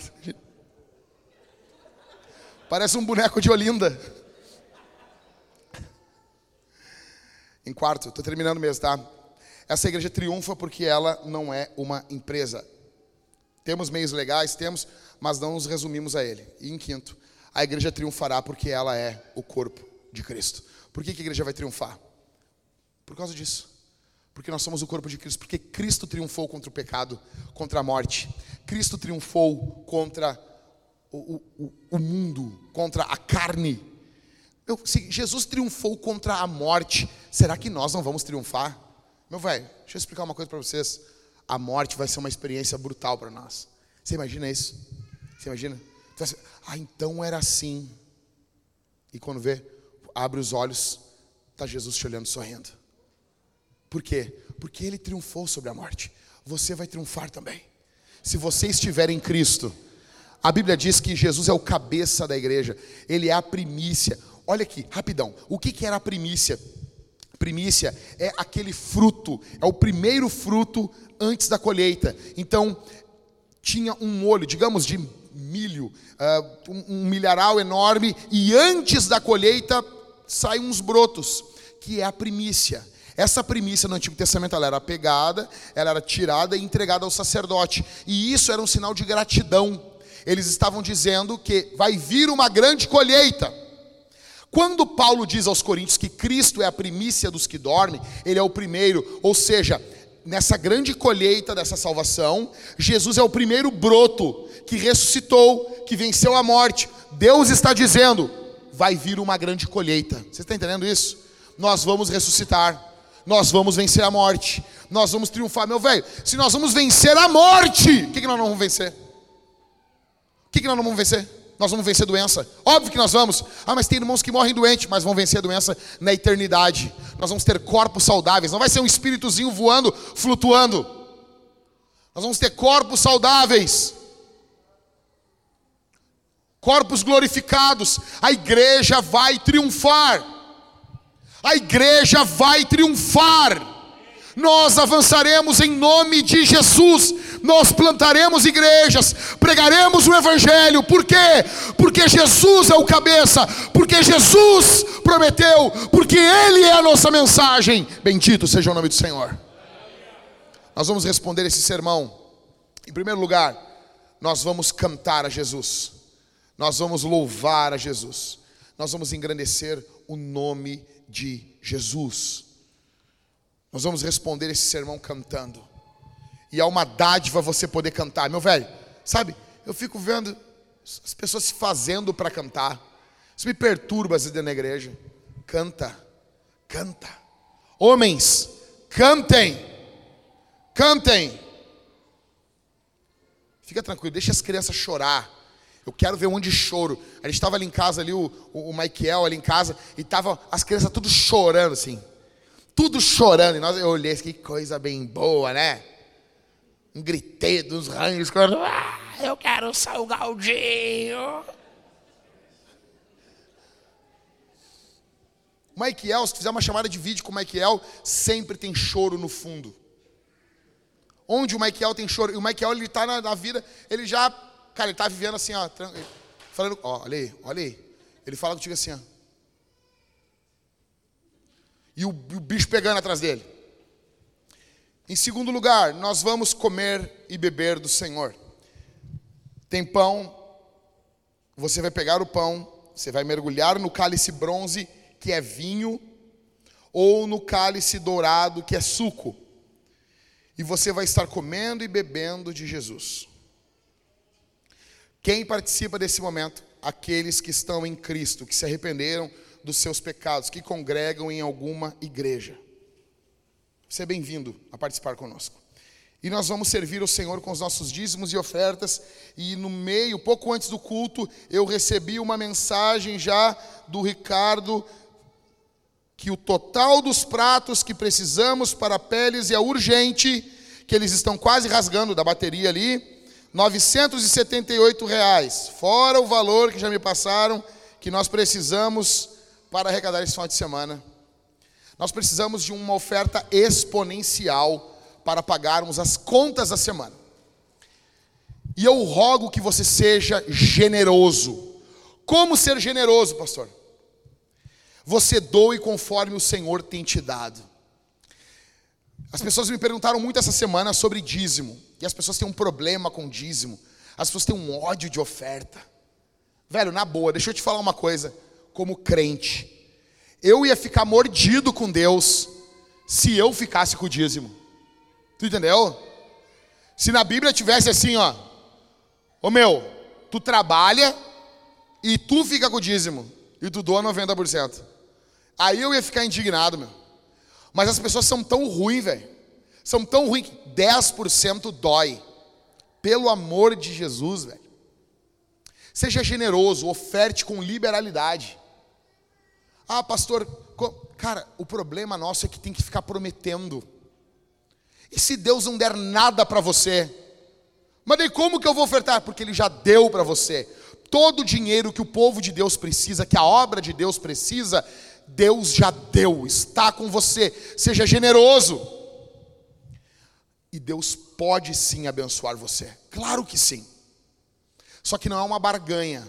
Speaker 5: Parece um boneco de Olinda. Em quarto, estou terminando mesmo, tá? Essa igreja triunfa porque ela não é uma empresa. Temos meios legais, temos, mas não nos resumimos a ele. E em quinto, a igreja triunfará porque ela é o corpo de Cristo. Por que que a igreja vai triunfar? Por causa disso. Porque nós somos o corpo de Cristo. Porque Cristo triunfou contra o pecado, contra a morte. Cristo triunfou contra o, o, o mundo, contra a carne. Eu, se Jesus triunfou contra a morte, será que nós não vamos triunfar? Meu velho, deixa eu explicar uma coisa para vocês. A morte vai ser uma experiência brutal para nós. Você imagina isso? Você imagina? Ah, então era assim. E quando vê, abre os olhos, está Jesus te olhando sorrindo. Por quê? Porque ele triunfou sobre a morte. Você vai triunfar também. Se você estiver em Cristo, a Bíblia diz que Jesus é o cabeça da igreja. Ele é a primícia. Olha aqui, rapidão. O que que era a primícia? Primícia é aquele fruto, é o primeiro fruto antes da colheita. Então, tinha um molho, digamos de milho, uh, um, um milharal enorme, e antes da colheita saem uns brotos, que é a primícia. Essa primícia no Antigo Testamento ela era pegada, ela era tirada e entregada ao sacerdote, e isso era um sinal de gratidão. Eles estavam dizendo que vai vir uma grande colheita. Quando Paulo diz aos Coríntios que Cristo é a primícia dos que dormem, ele é o primeiro, ou seja, nessa grande colheita dessa salvação, Jesus é o primeiro broto que ressuscitou, que venceu a morte. Deus está dizendo, vai vir uma grande colheita. Você está entendendo isso? Nós vamos ressuscitar, nós vamos vencer a morte, nós vamos triunfar. Meu velho, se nós vamos vencer a morte, o que, que nós não vamos vencer? O que, que nós não vamos vencer? Nós vamos vencer doença. Óbvio que nós vamos. Ah, mas tem irmãos que morrem doentes, mas vão vencer a doença na eternidade. Nós vamos ter corpos saudáveis. Não vai ser um espíritozinho voando, flutuando. Nós vamos ter corpos saudáveis. Corpos glorificados. A igreja vai triunfar. A igreja vai triunfar. Nós avançaremos em nome de Jesus. Nós plantaremos igrejas, pregaremos o evangelho. Por quê? Porque Jesus é o cabeça, porque Jesus prometeu, porque Ele é a nossa mensagem. Bendito seja o nome do Senhor. Nós vamos responder esse sermão. Em primeiro lugar, nós vamos cantar a Jesus. Nós vamos louvar a Jesus. Nós vamos engrandecer o nome de Jesus. Nós vamos responder esse sermão cantando. E é uma dádiva você poder cantar. Meu velho, sabe, eu fico vendo as pessoas se fazendo para cantar. Isso me perturba às vezes dentro da igreja. Canta, canta. Homens, cantem, cantem. Fica tranquilo, deixa as crianças chorar. Eu quero ver onde choro. A gente estava ali em casa, ali, o, o, o Michael ali em casa, e tava as crianças tudo chorando assim. Tudo chorando. E nós, eu olhei, que coisa bem boa, né? Um griteio dos ranhos. Ah, eu quero salgadinho. O Michael, se fizer uma chamada de vídeo com o Michael, sempre tem choro no fundo. Onde o Michael tem choro. E o Michael, ele está na, na vida, ele já, cara, ele está vivendo assim, ó. Falando, ó, olha aí, olha aí. Ele fala contigo assim, ó. E o, o bicho pegando atrás dele. Em segundo lugar, nós vamos comer e beber do Senhor. Tem pão, você vai pegar o pão, você vai mergulhar no cálice bronze, que é vinho, ou no cálice dourado, que é suco. E você vai estar comendo e bebendo de Jesus. Quem participa desse momento? Aqueles que estão em Cristo, que se arrependeram dos seus pecados, que congregam em alguma igreja. Você é bem-vindo a participar conosco. E nós vamos servir o Senhor com os nossos dízimos e ofertas. E no meio, pouco antes do culto, eu recebi uma mensagem já do Ricardo, que o total dos pratos que precisamos para a Peles é urgente, que eles estão quase rasgando da bateria ali, novecentos e setenta e oito reais, fora o valor que já me passaram, que nós precisamos para arrecadar esse final de semana. Nós precisamos de uma oferta exponencial para pagarmos as contas da semana. E eu rogo que você seja generoso. Como ser generoso, pastor? Você doe conforme o Senhor tem te dado. As pessoas me perguntaram muito essa semana sobre dízimo. E as pessoas têm um problema com dízimo. As pessoas têm um ódio de oferta. Velho, na boa, deixa eu te falar uma coisa. Como crente, eu ia ficar mordido com Deus se eu ficasse com o dízimo. Tu entendeu? Se na Bíblia tivesse assim, ó. Ô meu, tu trabalha e tu fica com o dízimo. E tu doa noventa por cento. Aí eu ia ficar indignado, meu. Mas as pessoas são tão ruins, velho. São tão ruins que dez por cento dói. Pelo amor de Jesus, velho. Seja generoso, oferte com liberalidade. Ah, pastor, cara, o problema nosso é que tem que ficar prometendo. E se Deus não der nada para você? Mas daí como que eu vou ofertar? Porque Ele já deu para você. Todo o dinheiro que o povo de Deus precisa, que a obra de Deus precisa, Deus já deu, está com você. Seja generoso. E Deus pode sim abençoar você. Claro que sim. Só que não é uma barganha.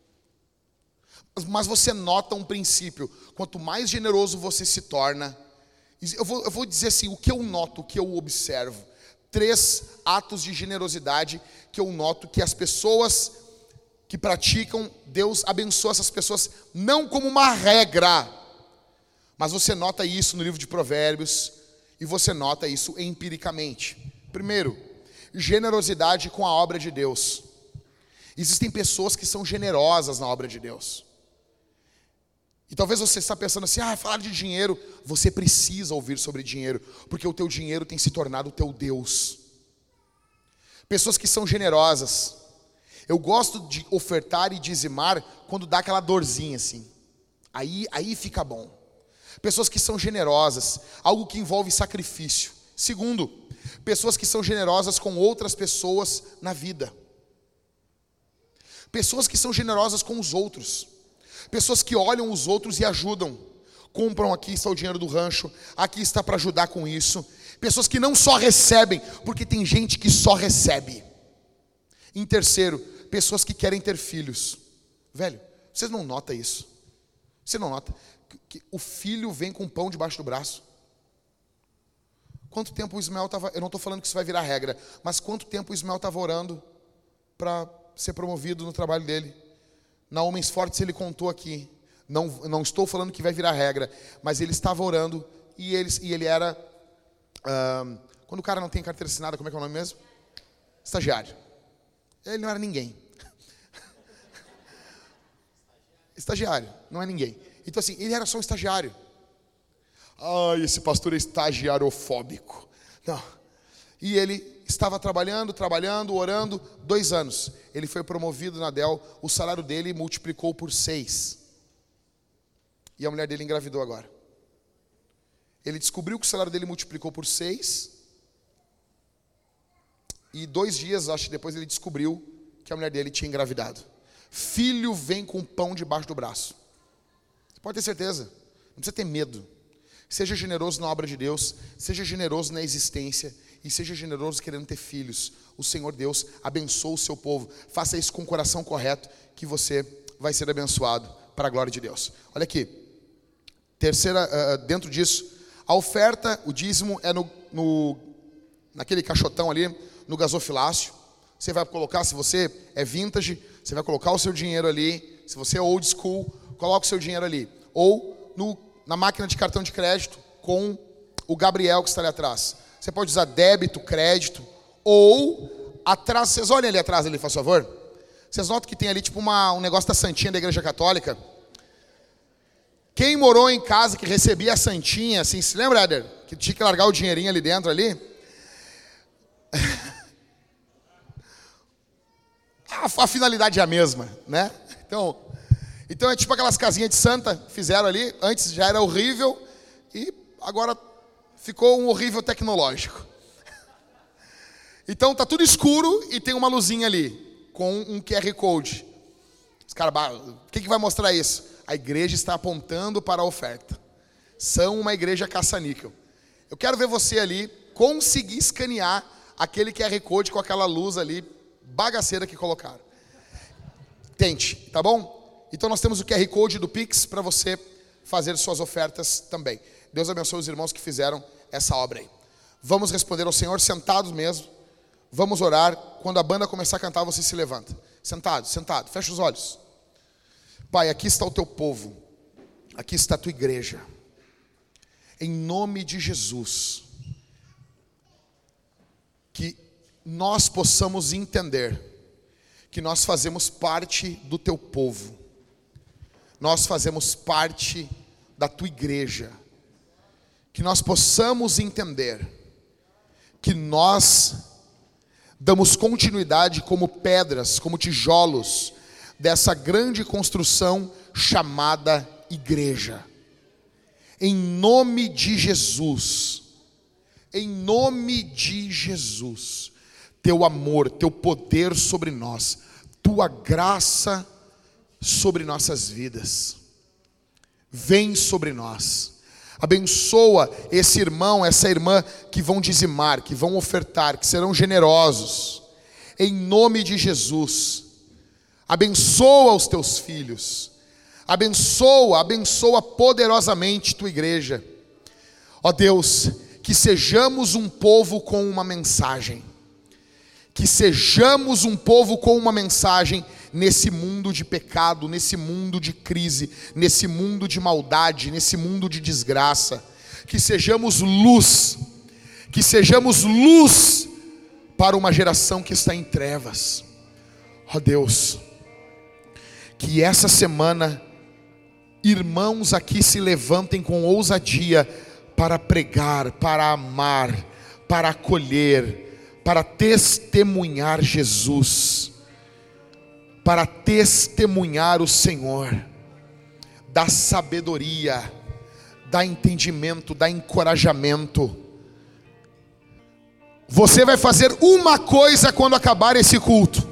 Speaker 5: Mas você nota um princípio. Quanto mais generoso você se torna. Eu vou, eu vou dizer assim, o que eu noto, o que eu observo. Três atos de generosidade que eu noto que as pessoas que praticam, Deus abençoa essas pessoas, não como uma regra. Mas você nota isso no livro de Provérbios. E você nota isso empiricamente. Primeiro, generosidade com a obra de Deus. Existem pessoas que são generosas na obra de Deus. E talvez você está pensando assim, ah, falar de dinheiro. Você precisa ouvir sobre dinheiro, porque o teu dinheiro tem se tornado o teu Deus. Pessoas que são generosas. Eu gosto de ofertar e dizimar quando dá aquela dorzinha assim. Aí, aí fica bom. Pessoas que são generosas, algo que envolve sacrifício. Segundo, pessoas que são generosas com outras pessoas na vida. Pessoas que são generosas com os outros. Pessoas que olham os outros e ajudam. Compram, aqui está o dinheiro do rancho, aqui está para ajudar com isso. Pessoas que não só recebem, porque tem gente que só recebe. Em terceiro, pessoas que querem ter filhos. Velho, vocês não notam isso? Você não nota que o filho vem com pão debaixo do braço? Quanto tempo o Ismael estava... Eu não estou falando que isso vai virar regra, mas quanto tempo o Ismael estava orando para ser promovido no trabalho dele? Na Homens Fortes ele contou aqui. Não, não estou falando que vai virar regra, mas ele estava orando e ele, e ele era... Uh, quando o cara não tem carteira assinada, como é que é o nome mesmo? Estagiário. Ele não era ninguém. Estagiário, não é ninguém. Então assim, ele era só um estagiário. Ai, esse pastor é estagiariofóbico. Não. E ele estava trabalhando, trabalhando, orando, dois anos. Ele foi promovido na D E L, o salário dele multiplicou por seis. E a mulher dele engravidou agora. Ele descobriu que o salário dele multiplicou por seis. E dois dias, acho que depois, ele descobriu que a mulher dele tinha engravidado. Filho vem com pão debaixo do braço. Você pode ter certeza. Não precisa ter medo. Seja generoso na obra de Deus. Seja generoso na existência. E seja generoso querendo ter filhos. O Senhor Deus abençoa o seu povo. Faça isso com o coração correto, que você vai ser abençoado para a glória de Deus. Olha aqui. Terceira, uh, dentro disso, a oferta, o dízimo é no, no, naquele caixotão ali, no gasofilácio. Você vai colocar, se você é vintage, você vai colocar o seu dinheiro ali. Se você é old school, coloca o seu dinheiro ali. Ou no, na máquina de cartão de crédito com o Gabriel que está ali atrás. Você pode usar débito, crédito, ou atrás, vocês olhem ali atrás, ali, por favor. Vocês notam que tem ali tipo uma, um negócio da Santinha da Igreja Católica. Quem morou em casa que recebia a Santinha, assim, se lembra, Éder? Que tinha que largar o dinheirinho ali dentro ali? a, a finalidade é a mesma, né? Então, então é tipo aquelas casinhas de santa que fizeram ali. Antes já era horrível e agora ficou um horrível tecnológico. Então tá tudo escuro e tem uma luzinha ali com um Q R Code. Os caras, o que, que vai mostrar isso? A igreja está apontando para a oferta. São uma igreja caça-níquel. Eu quero ver você ali conseguir escanear aquele Q R Code com aquela luz ali bagaceira que colocaram. Tente, tá bom? Então nós temos o Q R Code do Pix para você fazer suas ofertas também. Deus abençoe os irmãos que fizeram essa obra aí. Vamos responder ao Senhor sentados mesmo. Vamos orar. Quando a banda começar a cantar, você se levanta. Sentado, sentado, fecha os olhos. Pai, aqui está o teu povo. Aqui está a tua igreja. Em nome de Jesus, que nós possamos entender que nós fazemos parte do teu povo. Nós fazemos parte da tua igreja. Que nós possamos entender que nós damos continuidade como pedras, como tijolos dessa grande construção chamada igreja. Em nome de Jesus, em nome de Jesus, teu amor, teu poder sobre nós, tua graça sobre nossas vidas, vem sobre nós. Abençoa esse irmão, essa irmã que vão dizimar, que vão ofertar, que serão generosos, em nome de Jesus. Abençoa os teus filhos, abençoa, abençoa poderosamente tua igreja. Ó Deus, que sejamos um povo com uma mensagem, que sejamos um povo com uma mensagem nesse mundo de pecado, nesse mundo de crise, nesse mundo de maldade, nesse mundo de desgraça. Que sejamos luz, que sejamos luz para uma geração que está em trevas. Ó Deus, que essa semana irmãos aqui se levantem com ousadia para pregar, para amar, para acolher, para testemunhar Jesus, para testemunhar o Senhor. Dá sabedoria, dá entendimento, dá encorajamento. Você vai fazer uma coisa quando acabar esse culto.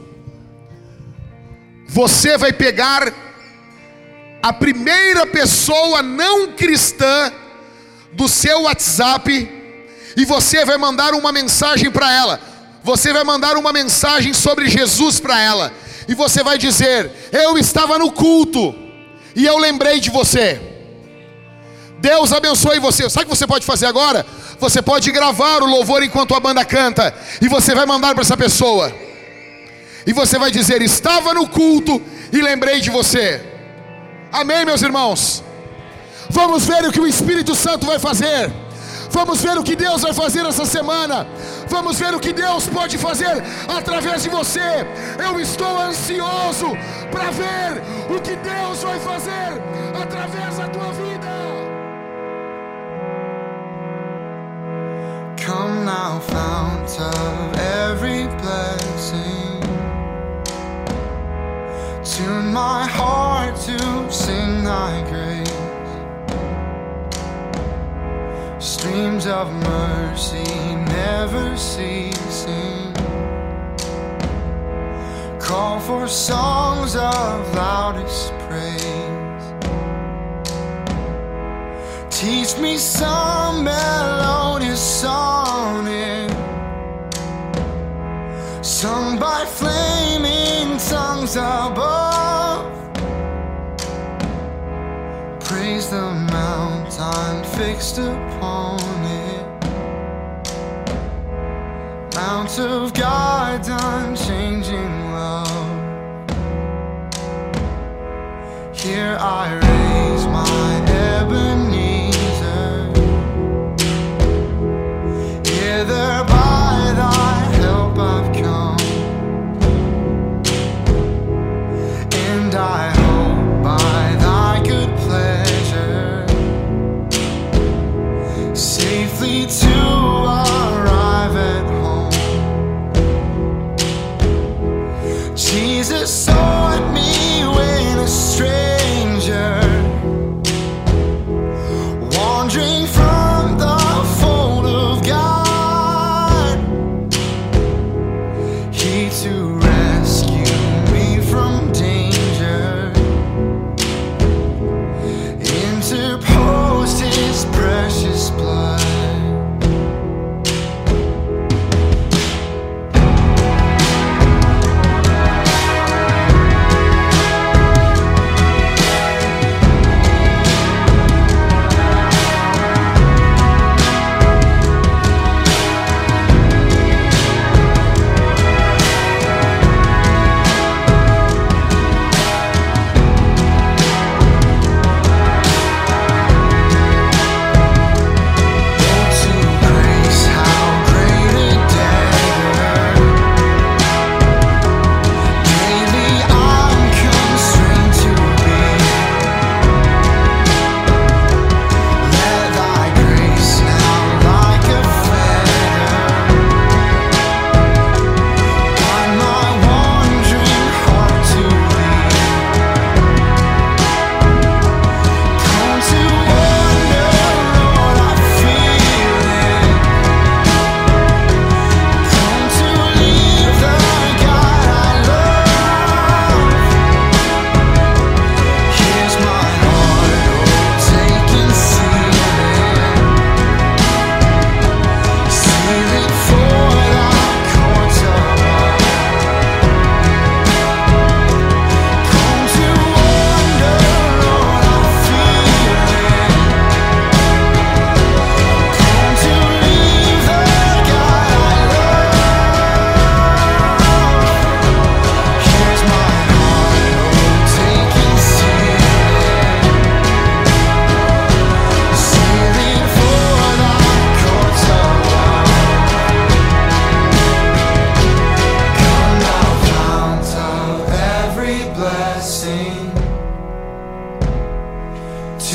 Speaker 5: Você vai pegar a primeira pessoa não cristã do seu WhatsApp e você vai mandar uma mensagem para ela. Você vai mandar uma mensagem sobre Jesus para ela. E você vai dizer: eu estava no culto e eu lembrei de você. Deus abençoe você. Sabe o que você pode fazer agora? Você pode gravar o louvor enquanto a banda canta, e você vai mandar para essa pessoa. E você vai dizer: estava no culto e lembrei de você. Amém, meus irmãos? Vamos ver o que o Espírito Santo vai fazer. Vamos ver o que Deus vai fazer essa semana. Vamos ver o que Deus pode fazer através de você. Eu estou ansioso para ver o que Deus vai fazer através da tua vida.
Speaker 6: Come now, fount of every blessing, tune my heart to sing thy grace. Streams of mercy never ceasing, call for songs of loudest praise. Teach me some melodious sonnet, sung by flaming tongues above. Praise the mount I'm fixed upon it, mount of God's unchanging love. Here I raise my Ebenezer, hither by thy help I've come, and I hope by thy good pleasure safely to arrive at home. Jesus sought me when a stranger,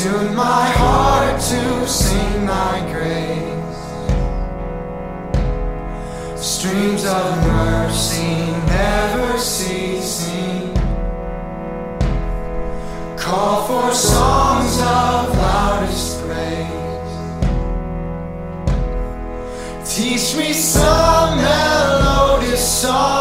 Speaker 6: Tune my heart to sing thy grace. Streams of mercy never ceasing. Call for songs of loudest praise. Teach me some melodious song